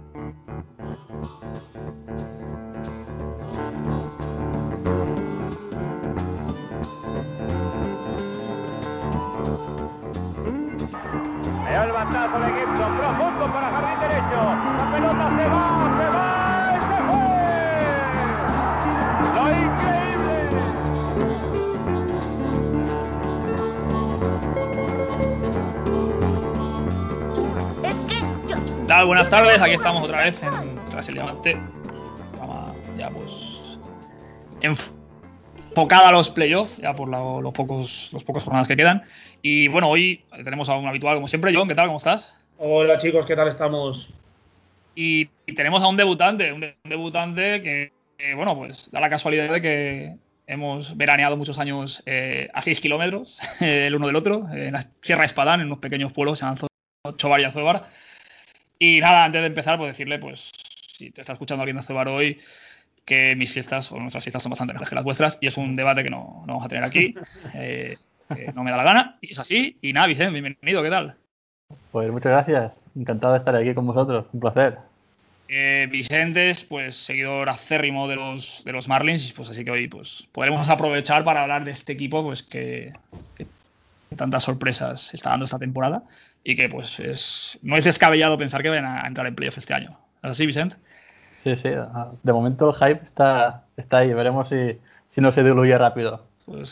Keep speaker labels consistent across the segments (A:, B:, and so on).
A: Allá el batazo de Gibson, profundo para jardín derecho. La pelota se va y se fue. ¡Lo increíble!
B: Tal, buenas tardes, aquí estamos otra vez en Tras el Diamante. Ya pues enfocada a los playoffs, ya por los pocos jornadas que quedan. Y bueno, hoy tenemos a un habitual como siempre. John, ¿qué tal? ¿Cómo estás?
C: Hola chicos, ¿qué tal estamos?
B: Y tenemos a un debutante que bueno, pues da la casualidad de que hemos veraneado muchos años a 6 kilómetros el uno del otro, en la Sierra Espadán, en unos pequeños pueblos, se llaman Chobar y Azuebar. Y nada, antes de empezar, pues decirle, pues, si te está escuchando alguien de Azuebar hoy, que mis fiestas o nuestras fiestas son bastante mejores que las vuestras, y es un debate que no vamos a tener aquí, que no me da la gana, y es así. Y nada, Vicente, bienvenido, ¿qué tal?
D: Pues muchas gracias, encantado de estar aquí con vosotros, un placer.
B: Vicente es pues seguidor acérrimo de los Marlins, pues así que hoy pues podremos aprovechar para hablar de este equipo pues que tantas sorpresas está dando esta temporada y que pues no es descabellado pensar que van a entrar en playoff este año. ¿Es así, Vicente?
D: Sí, de momento el hype está ahí, veremos si no se diluye rápido.
B: Pues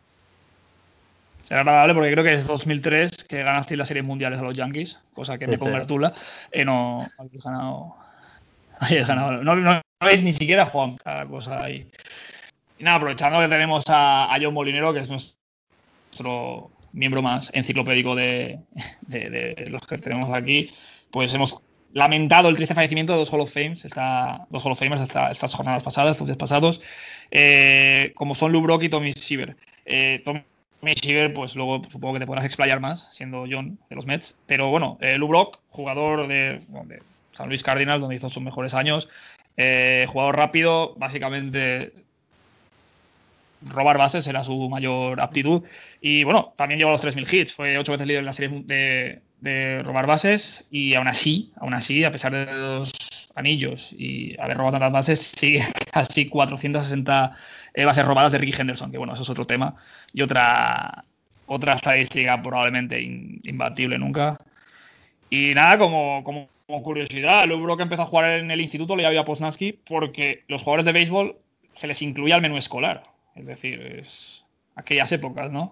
B: será agradable porque creo que es 2003 que ganaste las series mundiales a los Yankees, cosa que me congratula. No habéis ganado. No habéis ni siquiera jugado cada cosa ahí. Y nada, aprovechando que tenemos a John Molinero, que es nuestro miembro más enciclopédico de los que tenemos aquí, pues hemos lamentado el triste fallecimiento de dos Hall of Famers estas jornadas pasadas, estos días pasados, como son Lou Brock y Tommy Seaver. Tommy Seaver, pues luego supongo que te podrás explayar más, siendo John de los Mets. Pero bueno, Lou Brock, jugador de San Luis Cardinals, donde hizo sus mejores años, jugador rápido, básicamente robar bases era su mayor aptitud. Y bueno, también llegó a los 3.000 hits, fue 8 veces líder en la serie de robar bases, y aún así, a pesar de 2 anillos y haber robado tantas bases, sigue casi 460 bases robadas de Ricky Henderson, que bueno, eso es otro tema y otra estadística probablemente imbatible nunca. Y nada, como curiosidad, Lou Brock empezó a jugar en el instituto, le llamaba Posnansky, porque los jugadores de béisbol se les incluía al menú escolar. Es decir, es aquellas épocas, ¿no?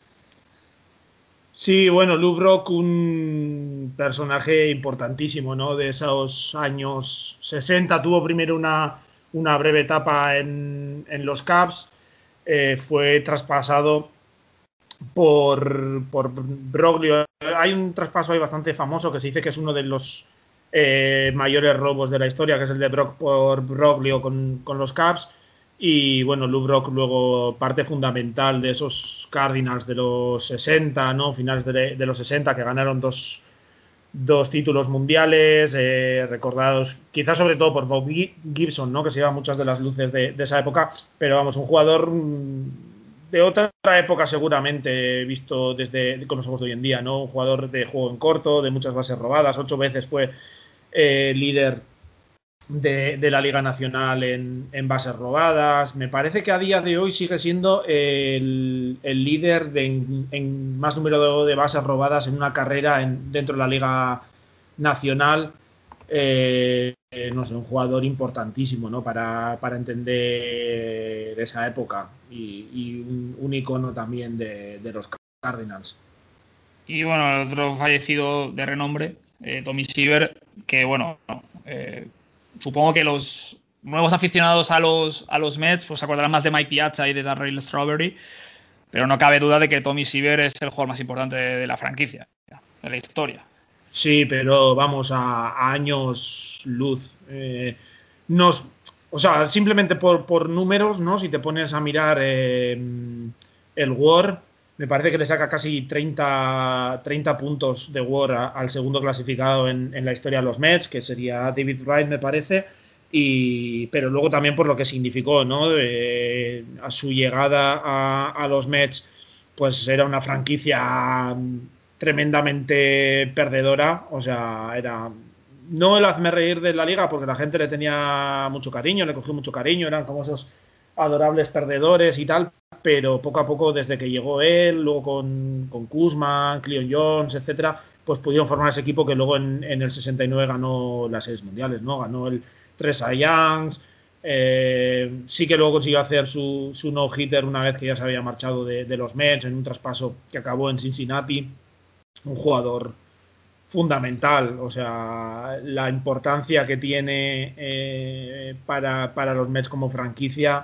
C: Sí, bueno, Lou Brock, un personaje importantísimo, ¿no? De esos años 60. Tuvo primero una breve etapa en los Cubs. Fue traspasado por Broglio. Hay un traspaso ahí bastante famoso que se dice que es uno de los mayores robos de la historia, que es el de Brock por Broglio con los Cubs. Y bueno, Lou Brock luego parte fundamental de esos Cardinals de los 60, ¿no? Finales de los 60, que ganaron dos títulos mundiales, recordados quizás sobre todo por Bob Gibson, ¿no? Que se lleva muchas de las luces de esa época, pero vamos, un jugador de otra época seguramente, visto con los ojos de hoy en día, ¿no? Un jugador de juego en corto, de muchas bases robadas, 8 veces fue líder de la Liga Nacional en bases robadas. Me parece que a día de hoy sigue siendo el líder en más número de bases robadas en una carrera dentro de la Liga Nacional. No sé, un jugador importantísimo, ¿no? para entender esa época y un icono también de los Cardinals.
B: Y bueno, el otro fallecido de renombre, Tommy Seaver, que bueno, supongo que los nuevos aficionados a los Mets pues se acordarán más de Mike Piazza y de Darryl Strawberry, pero no cabe duda de que Tommy Seaver es el jugador más importante de la franquicia, de la historia.
C: Sí, pero vamos a años luz. O sea, simplemente por números, ¿no? Si te pones a mirar el WAR, me parece que le saca casi 30 puntos de WAR al segundo clasificado en la historia de los Mets, que sería David Wright, me parece. Pero luego también por lo que significó, ¿no? A su llegada a los Mets, pues era una franquicia tremendamente perdedora, o sea, era no el hazme reír de la liga, porque la gente le tenía mucho cariño, le cogió mucho cariño, eran como esos adorables perdedores y tal, pero poco a poco, desde que llegó él, luego con Kuzma, Cleon Jones, etcétera, pues pudieron formar ese equipo que luego en el 69 ganó las series mundiales, ¿no? Ganó el 3 Cy Youngs, sí que luego consiguió hacer su no-hitter una vez que ya se había marchado de los Mets en un traspaso que acabó en Cincinnati. Un jugador fundamental, o sea, la importancia que tiene para los Mets como franquicia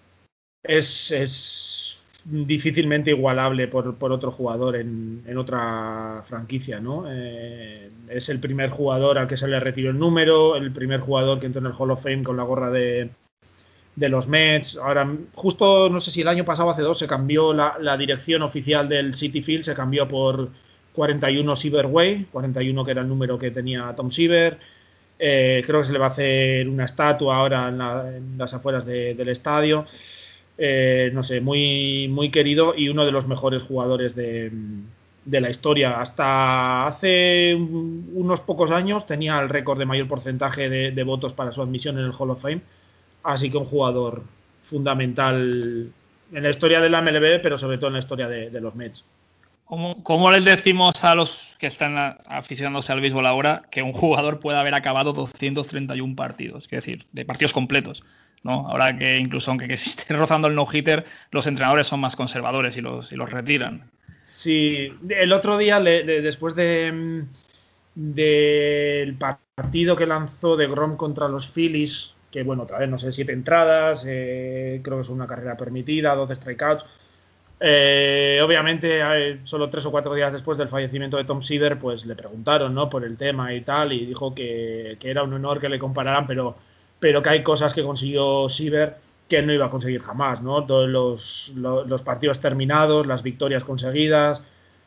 C: es difícilmente igualable por otro jugador en otra franquicia, ¿no? Es el primer jugador al que se le retiró el número, el primer jugador que entró en el Hall of Fame con la gorra de los Mets. Ahora, justo, no sé si el año pasado, hace 2, se cambió la dirección oficial del Citi Field, se cambió por 41 Seaver Way, 41 que era el número que tenía Tom Seaver. Creo que se le va a hacer una estatua ahora en las afueras del estadio. No sé, muy, muy querido y uno de los mejores jugadores de la historia. Hasta hace unos pocos años tenía el récord de mayor porcentaje de votos para su admisión en el Hall of Fame. Así que un jugador fundamental en la historia de la MLB, pero sobre todo en la historia de los Mets.
B: ¿Cómo les decimos a los que están aficionándose al béisbol ahora que un jugador puede haber acabado 231 partidos? Es decir, de partidos completos, ¿no? Ahora que incluso aunque esté rozando el no-hitter, los entrenadores son más conservadores y los retiran.
C: Sí, el otro día, después del partido que lanzó DeGrom contra los Phillies, que bueno, otra vez, no sé, 7 entradas, creo que es una carrera permitida, 12 strikeouts. Obviamente, solo 3 o 4 días después del fallecimiento de Tom Seaver, pues le preguntaron, ¿no?, por el tema y tal, y dijo que era un honor que le compararan, pero que hay cosas que consiguió Seaver que no iba a conseguir jamás, ¿no? Todos los partidos terminados, las victorias conseguidas,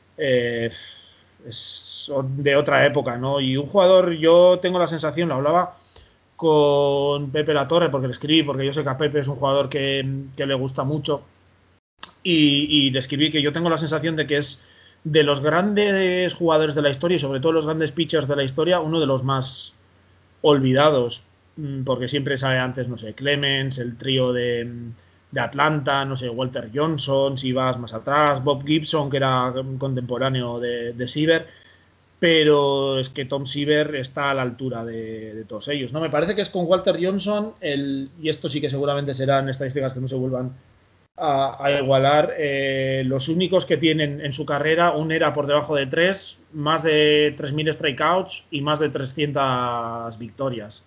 C: es de otra época, ¿no? Y un jugador, yo tengo la sensación, lo hablaba con Pepe Latorre, porque le escribí, porque yo sé que a Pepe es un jugador que le gusta mucho, y le escribí que yo tengo la sensación de que es de los grandes jugadores de la historia y sobre todo los grandes pitchers de la historia, uno de los más olvidados, porque siempre sale antes, no sé, Clemens, el trío de Atlanta, no sé, Walter Johnson, si vas más atrás, Bob Gibson, que era contemporáneo de Seaver, pero es que Tom Seaver está a la altura de todos ellos, ¿no? Me parece que es con Walter Johnson, y esto sí que seguramente serán estadísticas que no se vuelvan a igualar, los únicos que tienen en su carrera un era por debajo de 3, más de 3.000 strikeouts y más de 300 victorias.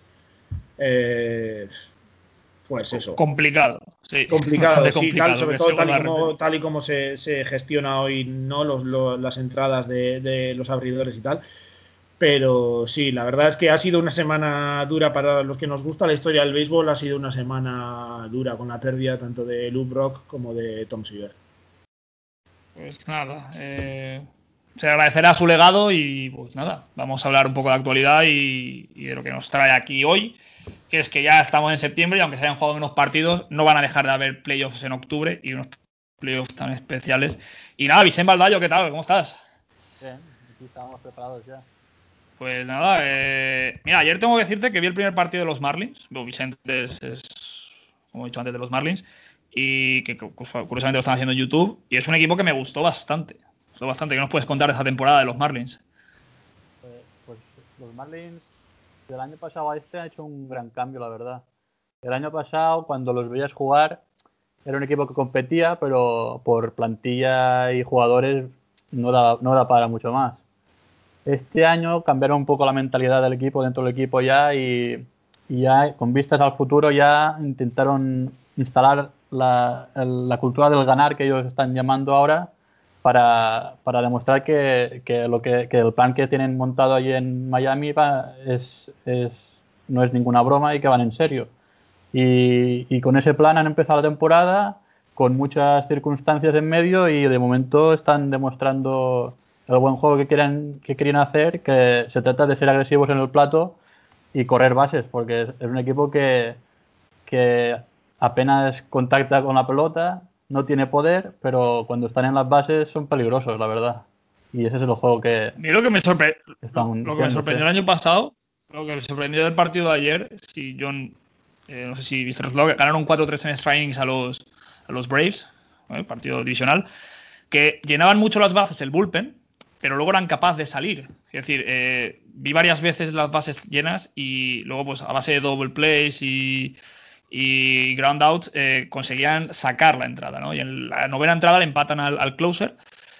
C: Pues eso.
B: Complicado, sí.
C: Complicado, sí,
B: complicado,
C: sobre todo tal y como se gestiona hoy, ¿no? Las entradas de los abridores y tal. Pero sí, la verdad es que ha sido una semana dura para los que nos gusta la historia del béisbol. Ha sido una semana dura con la pérdida tanto de Lou Brock como de Tom Seaver.
B: Pues nada, se agradecerá su legado y pues nada, vamos a hablar un poco de actualidad y de lo que nos trae aquí hoy, que es que ya estamos en septiembre y aunque se hayan jugado menos partidos, no van a dejar de haber playoffs en octubre y unos playoffs tan especiales. Y nada, Vicente Baldayo, ¿qué tal? ¿Cómo estás?
D: Bien, aquí estamos preparados ya.
B: Pues nada, mira, ayer tengo que decirte que vi el primer partido de los Marlins. Bueno, Vicente es, como he dicho antes, de los Marlins, y que curiosamente lo están haciendo en YouTube, y es un equipo que me gustó bastante. ¿Qué nos puedes contar de esa temporada de los Marlins?
D: Pues los Marlins del año pasado a este han hecho un gran cambio, la verdad. El año pasado, cuando los veías jugar, era un equipo que competía, pero por plantilla y jugadores no da para mucho más. Este año cambiaron un poco la mentalidad del equipo, dentro del equipo ya, y ya con vistas al futuro ya intentaron instalar la cultura del ganar, que ellos están llamando ahora, para demostrar que el plan que tienen montado allí en Miami no es ninguna broma y que van en serio. Y con ese plan han empezado la temporada, con muchas circunstancias en medio, y de momento están demostrando el buen juego que querían hacer, que se trata de ser agresivos en el plato y correr bases, porque es un equipo que apenas contacta con la pelota, no tiene poder, pero cuando están en las bases son peligrosos, la verdad. Y ese es el juego que...
B: A mí lo que me sorprendió el año pasado lo que me sorprendió del partido de ayer, si John, no sé si viste los logs, ganaron 4-3 en extra innings a los Braves, partido divisional, que llenaban mucho las bases el bullpen, pero luego eran capaces de salir. Es decir, vi varias veces las bases llenas y luego pues a base de double plays y ground outs conseguían sacar la entrada, ¿no? Y en la novena entrada le empatan al closer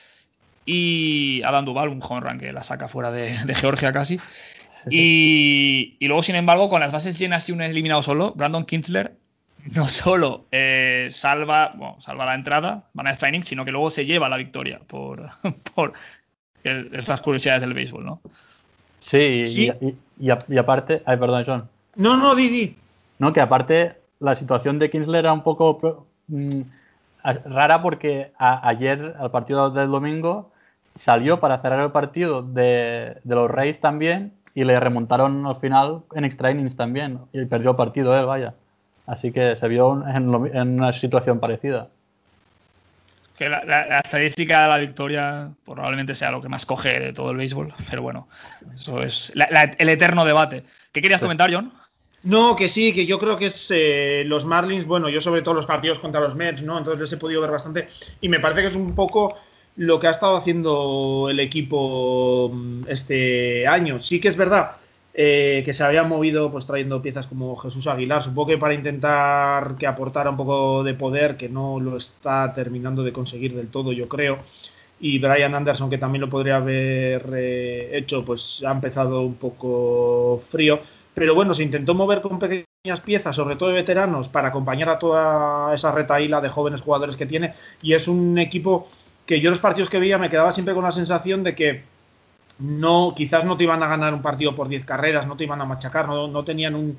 B: y Adam Duvall, un home run que la saca fuera de Georgia casi. Y luego, sin embargo, con las bases llenas y un eliminado solo, Brandon Kintzler no solo salva la entrada, van a extra innings, sino que luego se lleva la victoria por estas curiosidades del béisbol, ¿no?
D: Sí,
C: Sí.
D: Y aparte... Ay, perdón, John.
C: No, di.
D: No, que aparte la situación de Kinsler era un poco rara porque ayer, al partido del domingo, salió para cerrar el partido de los Rays también y le remontaron al final en extra innings también y perdió el partido él, vaya. Así que se vio en una situación parecida.
B: Que la estadística de la victoria probablemente sea lo que más coge de todo el béisbol, pero bueno, eso es el eterno debate. ¿Qué querías comentar, John?
C: No, que sí, que yo creo que es los Marlins, bueno, yo sobre todo los partidos contra los Mets, ¿no? Entonces les he podido ver bastante y me parece que es un poco lo que ha estado haciendo el equipo este año. Sí que es verdad que se habían movido pues trayendo piezas como Jesús Aguilar, supongo que para intentar que aportara un poco de poder, que no lo está terminando de conseguir del todo, yo creo. Y Brian Anderson, que también lo podría haber hecho, pues ha empezado un poco frío. Pero bueno, se intentó mover con pequeñas piezas, sobre todo de veteranos, para acompañar a toda esa retahíla de jóvenes jugadores que tiene. Y es un equipo que yo los partidos que veía me quedaba siempre con la sensación de que quizás no te iban a ganar un partido por 10 carreras, no te iban a machacar, no tenían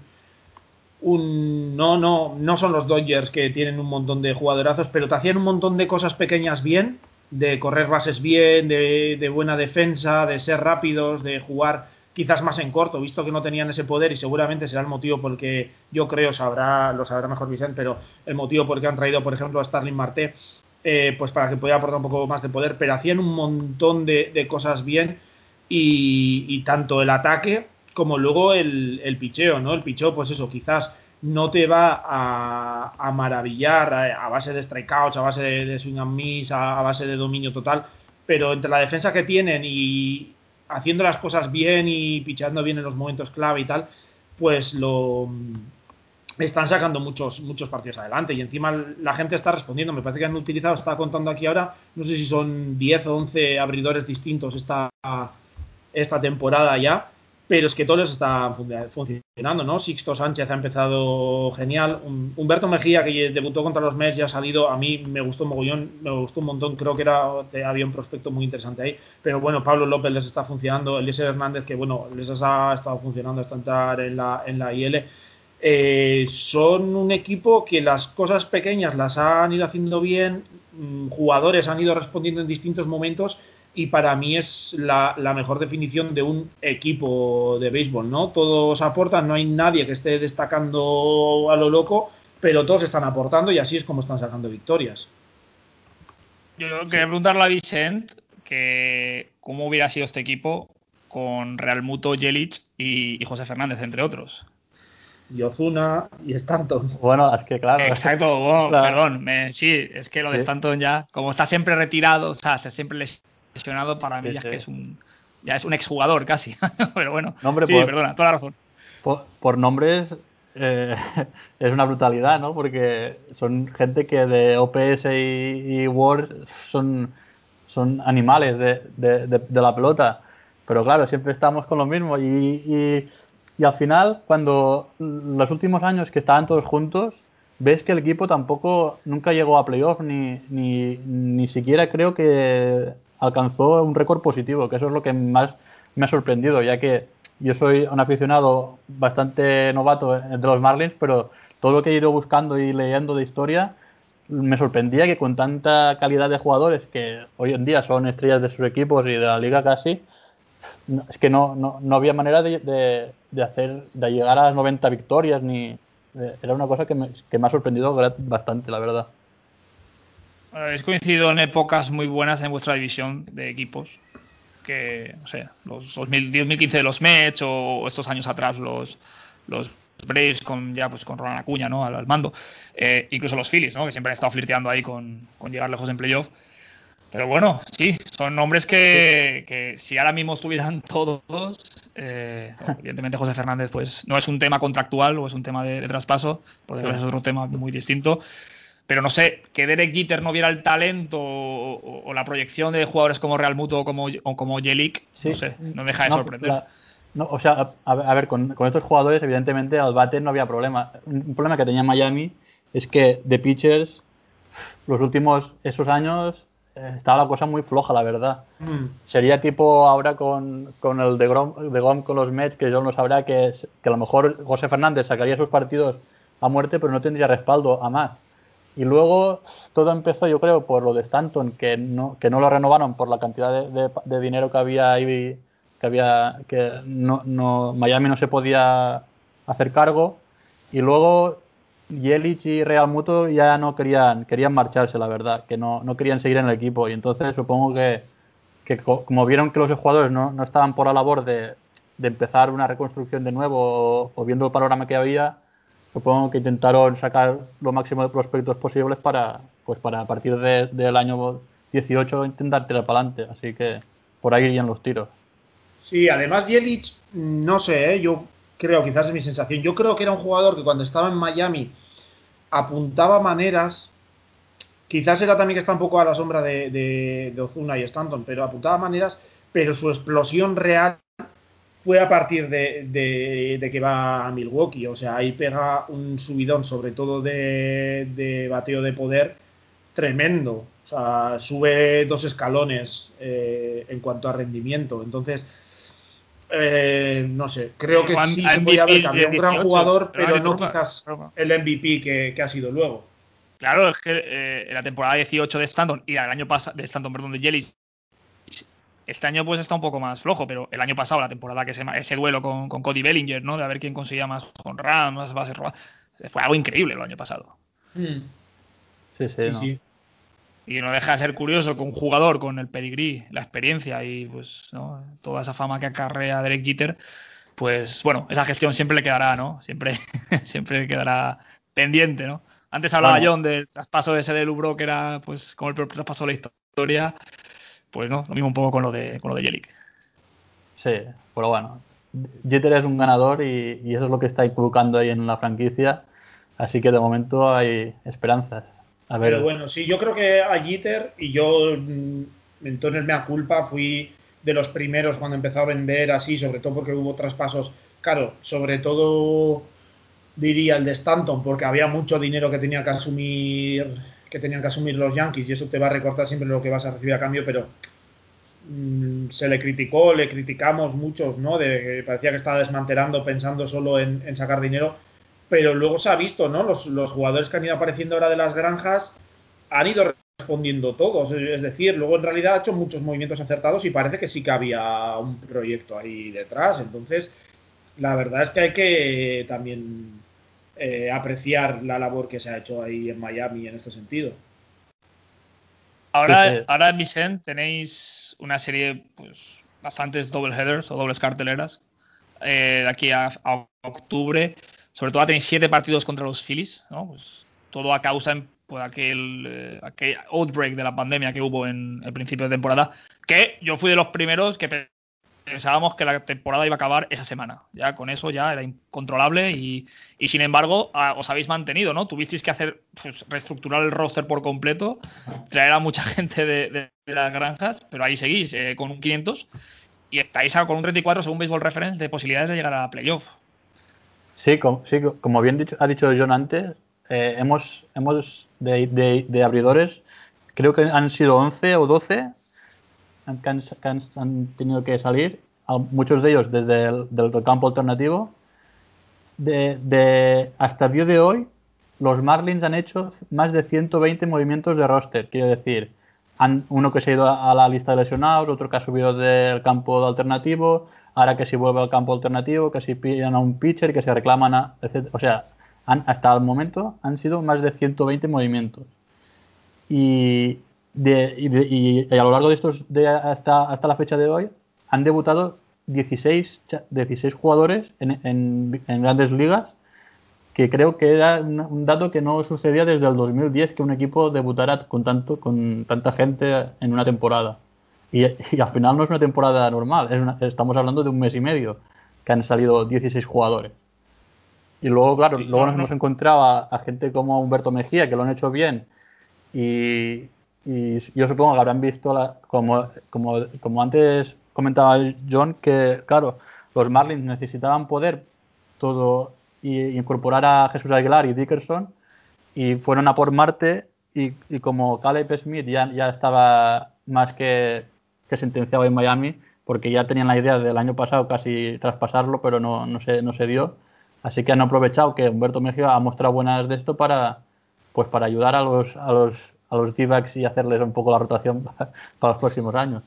C: no son los Dodgers que tienen un montón de jugadorazos, pero te hacían un montón de cosas pequeñas bien, de correr bases bien, de buena defensa, de ser rápidos, de jugar quizás más en corto, visto que no tenían ese poder y seguramente será el motivo por el que yo creo, lo sabrá mejor Vicente, pero el motivo por el que han traído, por ejemplo, a Starling Marte, pues para que pudiera aportar un poco más de poder, pero hacían un montón de cosas bien y tanto el ataque como luego el picheo, ¿no? El picheo, pues eso, quizás no te va a maravillar a base de strikeouts, a base de swing and miss, a base de dominio total, pero entre la defensa que tienen y haciendo las cosas bien y picheando bien en los momentos clave y tal, pues lo están sacando muchos partidos adelante y encima la gente está respondiendo. Me parece que han utilizado, está contando aquí ahora, no sé si son 10 o 11 abridores distintos esta temporada ya, pero es que todos les están funcionando, ¿no? Sixto Sánchez ha empezado genial. Humberto Mejía, que debutó contra los Mets, ya ha salido. A mí me gustó un mogollón, me gustó un montón. Creo que había un prospecto muy interesante ahí. Pero bueno, Pablo López les está funcionando. Eliezer Hernández, que bueno, les ha estado funcionando hasta entrar en la IL. Son un equipo que las cosas pequeñas las han ido haciendo bien. Jugadores han ido respondiendo en distintos momentos. Y para mí es la mejor definición de un equipo de béisbol, ¿no? Todos aportan, no hay nadie que esté destacando a lo loco, pero todos están aportando y así es como están sacando victorias.
B: Yo quería preguntarle a Vicente que cómo hubiera sido este equipo con Realmuto, Yelich y José Fernández, entre otros.
C: Y Ozuna y Stanton.
D: Bueno, es que claro.
B: Exacto, bueno,
D: claro.
B: Perdón. Sí, es que lo de Stanton ya, como está siempre retirado, o sea, está siempre lesionado, para mí ya es que es un exjugador casi. Pero bueno,
D: no, hombre,
B: sí, perdona, toda la razón.
D: Por nombres es una brutalidad, ¿no? Porque son gente que de OPS y WAR son animales de la pelota. Pero claro, siempre estamos con lo mismo. Y al final, cuando los últimos años que estaban todos juntos, ves que el equipo tampoco nunca llegó a playoff, ni siquiera creo que alcanzó un récord positivo, que eso es lo que más me ha sorprendido, ya que yo soy un aficionado bastante novato de los Marlins, pero todo lo que he ido buscando y leyendo de historia me sorprendía que con tanta calidad de jugadores, que hoy en día son estrellas de sus equipos y de la liga casi, es que no había manera de llegar a las 90 victorias, era una cosa que me ha sorprendido bastante, la verdad.
B: Habéis coincidido en épocas muy buenas en vuestra división de equipos. que no sé, los 2015 de los Mets o estos años atrás los Braves con Ronald Acuña, ¿no? al mando. Incluso los Phillies, ¿no? Que siempre han estado flirteando ahí con llegar lejos en playoff. Pero bueno, sí, son nombres que si ahora mismo estuvieran todos, evidentemente José Fernández pues no es un tema contractual o es un tema de traspaso, por desgracia es otro tema muy distinto. Pero no sé, que Derek Jeter no viera el talento o la proyección de jugadores como Real Muto o como Yelich, sí, no sé, no deja de sorprender.
D: O sea, a ver, con estos jugadores, evidentemente, al bate no había problema. Un problema que tenía Miami es que de pitchers, los últimos esos años, estaba la cosa muy floja, la verdad. Sería tipo ahora con el de Grom con los Mets, que yo no sabrá que a lo mejor José Fernández sacaría sus partidos a muerte, pero no tendría respaldo a más. Y luego todo empezó, yo creo, por lo de Stanton, que no lo renovaron por la cantidad de dinero que había ahí, que Miami no se podía hacer cargo. Y luego Yelich y Real Muto ya no querían marcharse, la verdad, que no querían seguir en el equipo. Y entonces supongo que como vieron que los jugadores no estaban por la labor de empezar una reconstrucción de nuevo o viendo el panorama que había, supongo que intentaron sacar lo máximo de prospectos posibles para a partir del año 18 intentar tirar para adelante. Así que por ahí irían los tiros.
C: Sí, además Yelich, no sé, yo creo, quizás es mi sensación, yo creo que era un jugador que cuando estaba en Miami apuntaba maneras, quizás era también que está un poco a la sombra de Ozuna y Stanton, pero apuntaba maneras, pero su explosión real fue a partir de que va a Milwaukee. O sea, ahí pega un subidón, sobre todo de bateo de poder, tremendo. O sea, sube 2 escalones en cuanto a rendimiento. Entonces, no sé, creo que sí se podía haber cambiado. Un gran jugador, pero no quizás el MVP que ha sido luego.
B: Claro, es que en la temporada 18 de Stanton y el año pasado de Yelich, este año pues está un poco más flojo, pero el año pasado, la temporada que ese duelo con Cody Bellinger, ¿no? De a ver quién conseguía más jonrón, más bases robadas, fue algo increíble el año pasado.
D: Sí.
B: Y no deja de ser curioso que un jugador con el pedigrí, la experiencia y pues ¿no? Toda esa fama que acarrea Derek Jeter, pues bueno, esa gestión siempre le quedará, ¿no? Siempre quedará pendiente, ¿no? Antes hablaba John del traspaso ese de Lubro, que era pues como el peor traspaso de la historia. Pues no, lo mismo un poco con lo de Yelich.
D: Sí, pero bueno, Jeter es un ganador y eso es lo que está inculcando ahí en la franquicia, así que de momento hay esperanzas. A ver.
C: Pero bueno, sí, yo creo que a Jeter, y yo en tono el mea culpa, fui de los primeros cuando empezó a vender así, sobre todo porque hubo traspasos, claro, sobre todo diría el de Stanton, porque había mucho dinero que tenían que asumir los Yankees, y eso te va a recortar siempre lo que vas a recibir a cambio, pero se le criticamos muchos, ¿no? De que parecía que estaba desmantelando pensando solo en sacar dinero, pero luego se ha visto, ¿no? Los jugadores que han ido apareciendo ahora de las granjas han ido respondiendo todos, es decir, luego en realidad ha hecho muchos movimientos acertados y parece que sí que había un proyecto ahí detrás. Entonces la verdad es que hay que también apreciar la labor que se ha hecho ahí en Miami en este sentido.
B: Ahora Vicent, tenéis una serie, pues, bastantes double headers o dobles carteleras de aquí a octubre. Sobre todo tenéis 7 partidos contra los Phillies, ¿no? Pues, todo a causa de aquel outbreak de la pandemia que hubo en el principio de temporada, que yo fui de los primeros que pensábamos que la temporada iba a acabar esa semana. Ya con eso ya era incontrolable y sin embargo os habéis mantenido, ¿no? Tuvisteis que hacer, pues, reestructurar el roster por completo, traer a mucha gente de las granjas, pero ahí seguís con un 500 y estáis con un 34 según Baseball Reference de posibilidades de llegar a playoff.
D: Sí, como bien ha dicho John antes, hemos de abridores, creo que han sido 11 o 12 que han tenido que salir, muchos de ellos desde el campo alternativo. Hasta el día de hoy, los Marlins han hecho más de 120 movimientos de roster, quiero decir, uno que se ha ido a la lista de lesionados, otro que ha subido del campo alternativo, ahora que si vuelve al campo alternativo, que si pillan a un pitcher, que se reclaman etc. O sea, hasta el momento han sido más de 120 movimientos. Y y a lo largo de hasta la fecha de hoy han debutado 16 jugadores en grandes ligas, que creo que era un dato que no sucedía desde el 2010, que un equipo debutara con tanta gente en una temporada. Y al final no es una temporada normal, estamos hablando de un mes y medio que han salido 16 jugadores. Y luego, claro, nos hemos encontrado a gente como Humberto Mejía, que lo han hecho bien, y yo supongo que habrán visto, como antes comentaba John, que claro, los Marlins necesitaban poder todo y incorporar a Jesús Aguilar y Dickerson, y fueron a por Marte, y como Caleb Smith ya estaba más que sentenciado en Miami, porque ya tenían la idea del año pasado casi traspasarlo, pero no se dio. Así que han aprovechado que Humberto Mejía ha mostrado buenas de esto para ayudar a los D-backs y hacerles un poco la rotación para los próximos años.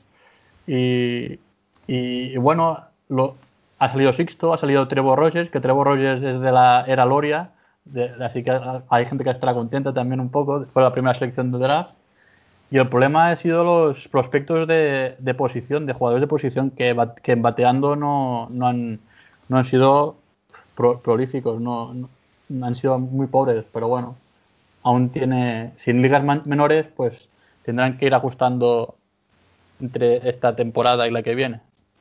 D: Y bueno, ha salido Sixto, ha salido Trevor Rogers, que Trevor Rogers es de la era Loria, así que hay gente que estará contenta también un poco, fue la primera selección de draft. Y el problema ha sido los prospectos de posición, de jugadores de posición que bateando no han sido prolíficos, no han sido muy pobres, pero bueno, aún sin ligas menores, pues tendrán que ir ajustando entre esta temporada y la que viene.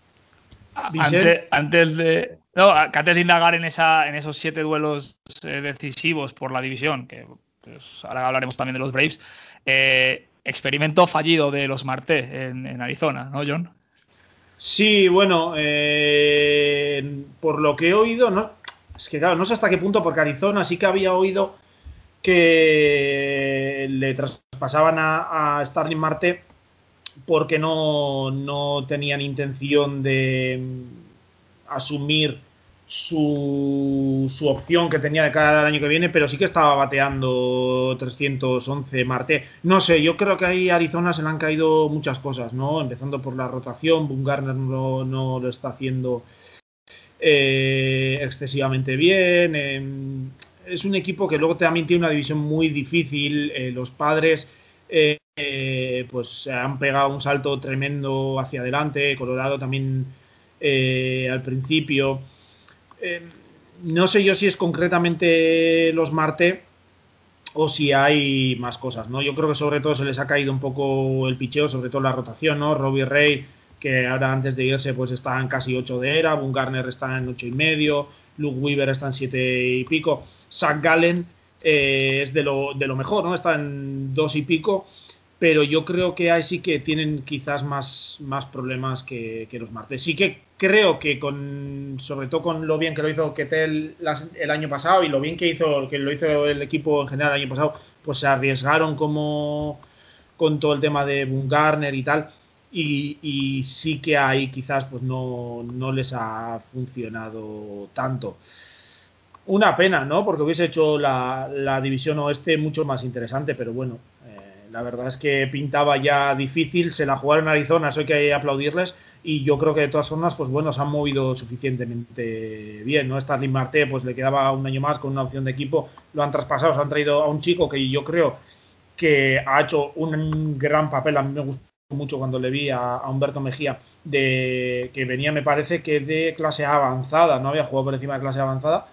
B: Antes de indagar en esos 7 duelos decisivos por la división, que pues, ahora hablaremos también de los Braves, experimento fallido de los Marte en Arizona, ¿no, John?
C: Sí, bueno, por lo que he oído, no, es que claro, no sé hasta qué punto, porque Arizona sí que había oído que le traspasaban a Starling Marte porque no tenían intención de asumir su opción que tenía de cara al año que viene, pero sí que estaba bateando 311 Marte. No sé, yo creo que ahí a Arizona se le han caído muchas cosas, ¿no? Empezando por la rotación, Bumgarner no lo está haciendo excesivamente bien. Es un equipo que luego también tiene una división muy difícil. Los Padres pues han pegado un salto tremendo hacia adelante. Colorado también al principio. No sé yo si es concretamente los Marte o si hay más cosas, ¿no? Yo creo que sobre todo se les ha caído un poco el picheo, sobre todo la rotación, ¿no? Robbie Ray, que ahora antes de irse pues está en casi 8 de era, Bumgarner está en 8,5, Luke Weaver está en 7 y pico, Zach Gallen es de lo mejor, ¿no? Está en 2 y pico, pero yo creo que ahí sí que tienen quizás más problemas que los Martes. Sí que creo que sobre todo con lo bien que lo hizo Ketel el año pasado y lo bien que lo hizo el equipo en general el año pasado, pues se arriesgaron como con todo el tema de Bumgarner y tal, y sí que ahí quizás pues no les ha funcionado tanto. Una pena, ¿no? Porque hubiese hecho la división oeste mucho más interesante, pero bueno, la verdad es que pintaba ya difícil, se la jugaron en Arizona, eso hay que aplaudirles, y yo creo que de todas formas, pues bueno, se han movido suficientemente bien, ¿no? Starling Marte, pues le quedaba un año más con una opción de equipo, lo han traspasado, se han traído a un chico que yo creo que ha hecho un gran papel. A mí me gustó mucho cuando le vi a Humberto Mejía, que venía, me parece que de clase A avanzada, no había jugado por encima de clase avanzada.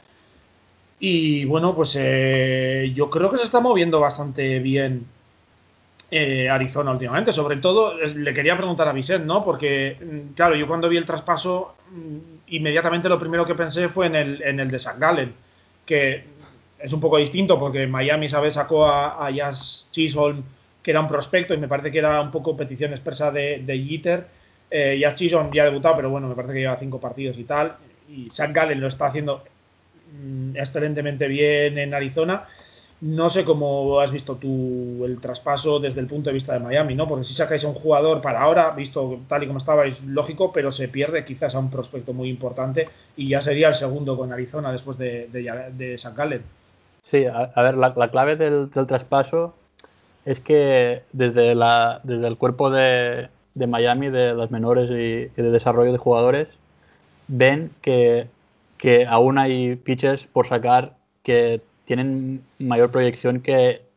C: Y bueno, pues yo creo que se está moviendo bastante bien Arizona últimamente. Sobre todo, le quería preguntar a Vicent, ¿no? Porque, claro, yo cuando vi el traspaso, inmediatamente lo primero que pensé fue en el de Zach Gallen, que es un poco distinto porque Miami, ¿sabes? Sacó a Jazz Chisholm, que era un prospecto, y me parece que era un poco petición expresa de Jeter. Jazz Chisholm ya ha debutado, pero bueno, me parece que lleva 5 partidos y tal. Y Zach Gallen lo está haciendo excelentemente bien en Arizona. No sé cómo has visto tú el traspaso desde el punto de vista de Miami, ¿no? Porque si sacáis a un jugador para ahora, visto tal y como estaba, es lógico, pero se pierde quizás a un prospecto muy importante y ya sería el segundo con Arizona después de Zach Gallen.
D: Sí, a ver, la clave del traspaso es que desde el cuerpo de Miami, de las menores y de desarrollo de jugadores, ven que aún hay pitchers por sacar que tienen mayor proyección que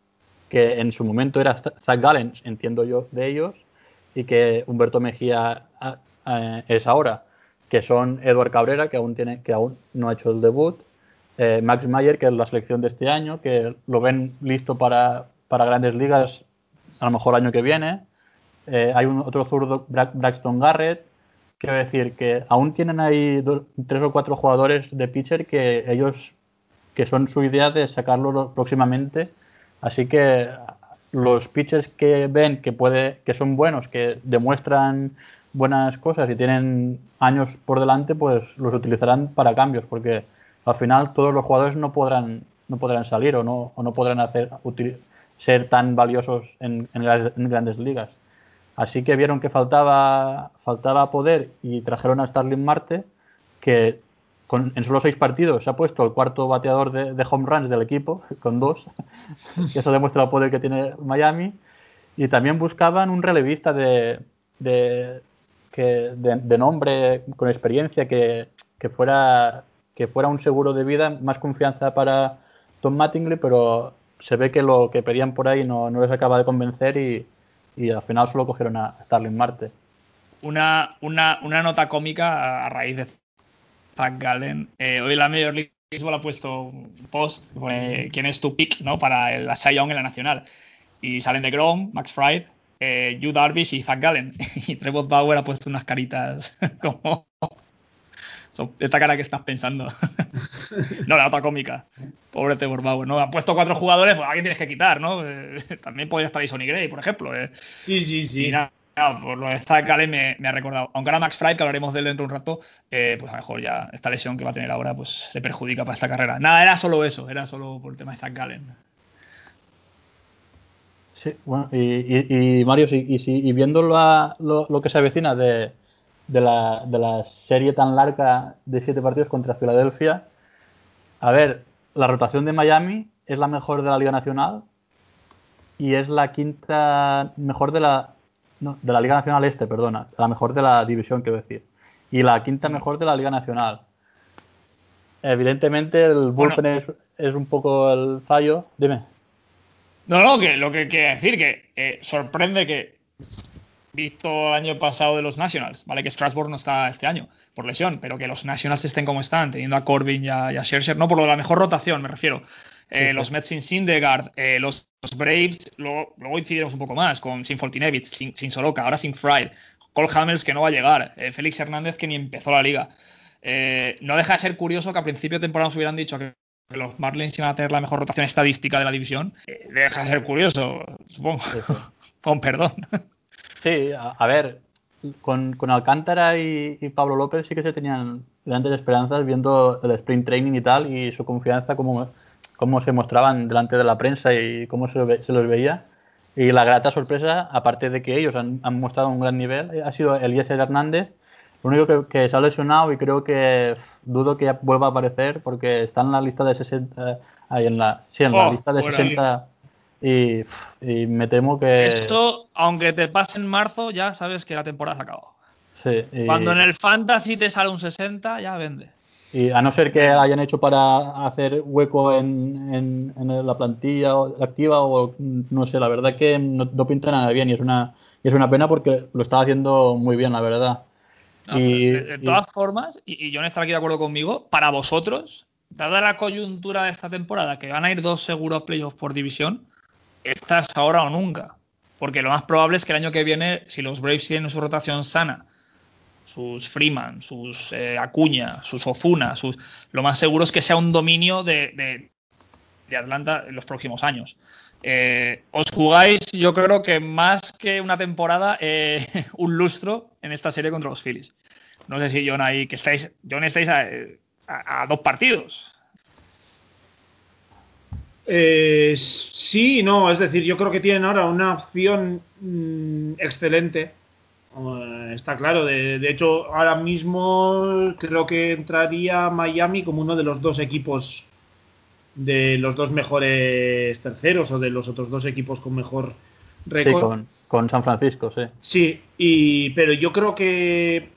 D: que en su momento era Zach Gallen, entiendo yo, de ellos, y que Humberto Mejía es ahora, que son Eduard Cabrera, que aún no ha hecho el debut, Max Mayer, que es la selección de este año, que lo ven listo para grandes ligas a lo mejor el año que viene. Hay otro zurdo, Braxton Garrett. Quiero decir que aún tienen ahí 3 o 4 jugadores de pitcher que ellos, que son su idea de sacarlo próximamente. Así que los pitchers que ven que son buenos, que demuestran buenas cosas y tienen años por delante, pues los utilizarán para cambios, porque al final todos los jugadores no podrán salir o no podrán ser tan valiosos en grandes ligas. Así que vieron que faltaba poder y trajeron a Starling Marte, que en solo 6 partidos se ha puesto el cuarto bateador de home runs del equipo, con 2. Eso demuestra el poder que tiene Miami. Y también buscaban un relevista de nombre, con experiencia, que fuera un seguro de vida, más confianza para Tom Mattingly, pero se ve que lo que pedían por ahí no les acaba de convencer y al final solo cogieron a Starling Marte.
B: Una nota cómica a raíz de Zach Gallen. Hoy la Major League Baseball ha puesto un post, ¿quién es tu pick, ¿no? Para el Cy Young en la Nacional? Y salen de Grom, Max Fried, Yu Darvish y Zach Gallen. Y Trevor Bauer ha puesto unas caritas como esta cara que estás pensando. No, la nota cómica. Pobre Trevor Bauer, ¿no? Han puesto 4 jugadores, pues alguien tienes que quitar, ¿no? También podría estar ahí Sonny Gray, por ejemplo.
C: Sí.
B: Y nada, por lo de Zach Gallen me ha recordado. Aunque ahora Max Fried, que hablaremos de él dentro de un rato, pues a lo mejor ya esta lesión que va a tener ahora pues le perjudica para esta carrera. Nada, era solo eso, era solo por el tema de Zach Gallen.
D: Sí, bueno, y Mario, y viendo lo que se avecina de la serie tan larga de 7 partidos contra Filadelfia, a ver, la rotación de Miami es la mejor de la Liga Nacional y es la quinta mejor de la Liga Nacional Este, perdona, la mejor de la división, quiero decir, y la quinta mejor de la Liga Nacional. Evidentemente el bullpen es un poco el fallo. Dime.
B: No, que lo que quiero decir que sorprende que, visto el año pasado de los Nationals, ¿vale? Que Strasburg no está este año por lesión, pero que los Nationals estén como están, teniendo a Corbin y a Scherzer, no por lo de la mejor rotación, me refiero. Los Mets sin Syndergaard, los Braves, luego incidiremos un poco más, sin Foltynewicz, sin Soroka, ahora sin Fried, Cole Hamels que no va a llegar, Félix Hernández que ni empezó la liga. No deja de ser curioso que a principio de temporada nos hubieran dicho que los Marlins iban a tener la mejor rotación estadística de la división. Deja de ser curioso, supongo. Sí. Con perdón.
D: Sí, a ver, con Alcántara y Pablo López sí que se tenían grandes esperanzas viendo el sprint training y tal, y su confianza, cómo se mostraban delante de la prensa y cómo se los veía. Y la grata sorpresa, aparte de que ellos han mostrado un gran nivel, ha sido Eliezer Hernández. Lo único que se ha lesionado y creo que dudo que vuelva a aparecer porque está en la lista de 60. La lista de 60. Y me temo que...
B: Esto, aunque te pase en marzo, ya sabes que la temporada se acabó.
D: Sí,
B: Cuando en el Fantasy te sale un 60, ya vende.
D: Y a no ser que hayan hecho para hacer hueco en la plantilla activa o no sé, la verdad que no pinta nada bien y es una pena porque lo estaba haciendo muy bien, la verdad.
B: No, de todas formas, y John estará aquí de acuerdo conmigo, para vosotros, dada la coyuntura de esta temporada, que van a ir 2 seguros playoffs por división, esta es ahora o nunca. Porque lo más probable es que el año que viene, si los Braves tienen su rotación sana, sus Freeman, sus Acuña, sus Ozuna, lo más seguro es que sea un dominio de Atlanta en los próximos años. Os jugáis, yo creo que más que una temporada, un lustro en esta serie contra los Phillies. No sé si John ahí, estáis a 2 partidos.
C: Sí, no, es decir, yo creo que tienen ahora una opción excelente. Está claro, de hecho, ahora mismo creo que entraría Miami como uno de los 2 equipos, de los 2 mejores terceros o de los otros 2 equipos con mejor récord.
D: Sí, con San Francisco, sí.
C: Sí, pero yo creo que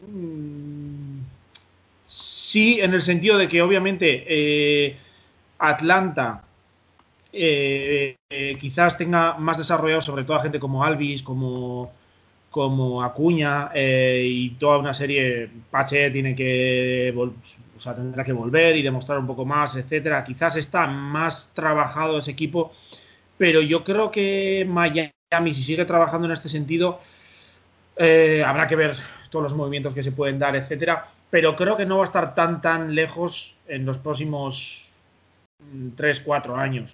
C: sí, en el sentido de que obviamente Atlanta quizás tenga más desarrollado, sobre todo a gente como Alvis, como Acuña y toda una serie. Pache tiene que tendrá que volver y demostrar un poco más, etcétera. Quizás está más trabajado ese equipo, pero yo creo que Miami, si sigue trabajando en este sentido, habrá que ver todos los movimientos que se pueden dar, etcétera, pero creo que no va a estar tan lejos en los próximos 3-4 años,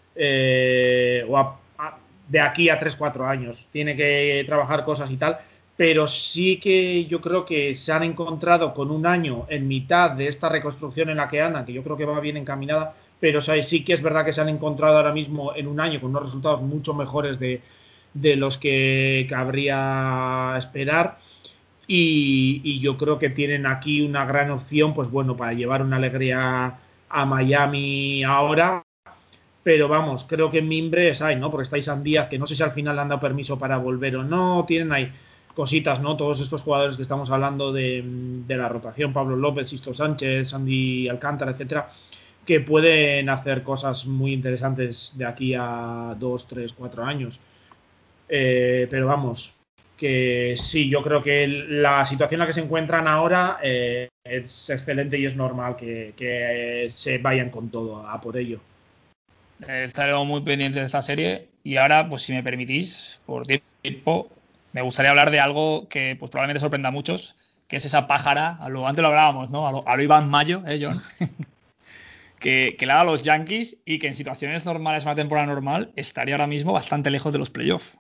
C: de aquí a 3-4 años. Tiene que trabajar cosas y tal, pero sí que yo creo que se han encontrado con un año en mitad de esta reconstrucción en la que andan, que yo creo que va bien encaminada, pero sí que es verdad que se han encontrado ahora mismo en un año con unos resultados mucho mejores de los que cabría esperar, y yo creo que tienen aquí una gran opción, pues bueno, para llevar una alegría a Miami ahora. Pero vamos, creo que mimbres hay, ¿no? Porque está Isan Díaz, que no sé si al final le han dado permiso para volver o no. Tienen ahí cositas, ¿no? Todos estos jugadores que estamos hablando de la rotación, Pablo López, Sisto Sánchez, Sandy Alcántara, etcétera, que pueden hacer cosas muy interesantes de aquí a 2, 3, 4 años. Pero vamos, que sí, yo creo que la situación en la que se encuentran ahora es excelente y es normal que se vayan con todo a por ello.
B: Estaremos muy pendientes de esta serie, y ahora, pues si me permitís, por tiempo, me gustaría hablar de algo que pues probablemente sorprenda a muchos, que es esa pájara, antes lo hablábamos, ¿no? A lo Iván Mayo, John, que le ha dado a los Yankees, y que en situaciones normales, una temporada normal, estaría ahora mismo bastante lejos de los playoffs.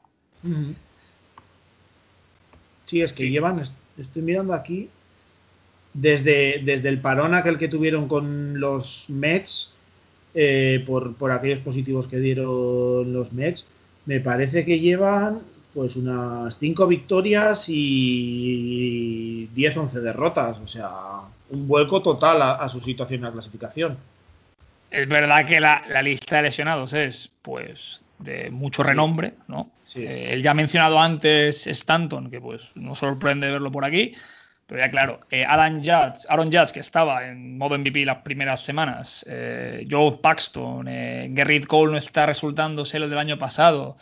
C: Sí, es que llevan, estoy mirando aquí, desde el parón aquel que tuvieron con los Mets, por aquellos positivos que dieron los Mets, me parece que llevan pues unas 5 victorias y 10-11 derrotas, o sea, un vuelco total a su situación en la clasificación.
B: Es verdad que la lista de lesionados es pues de mucho renombre, ¿no?
C: Sí.
B: Él ya ha mencionado antes Stanton, que pues no sorprende verlo por aquí, pero ya claro, Aaron Judge, que estaba en modo MVP las primeras semanas, Joe Paxton, Gerrit Cole no está resultando ser el del año pasado.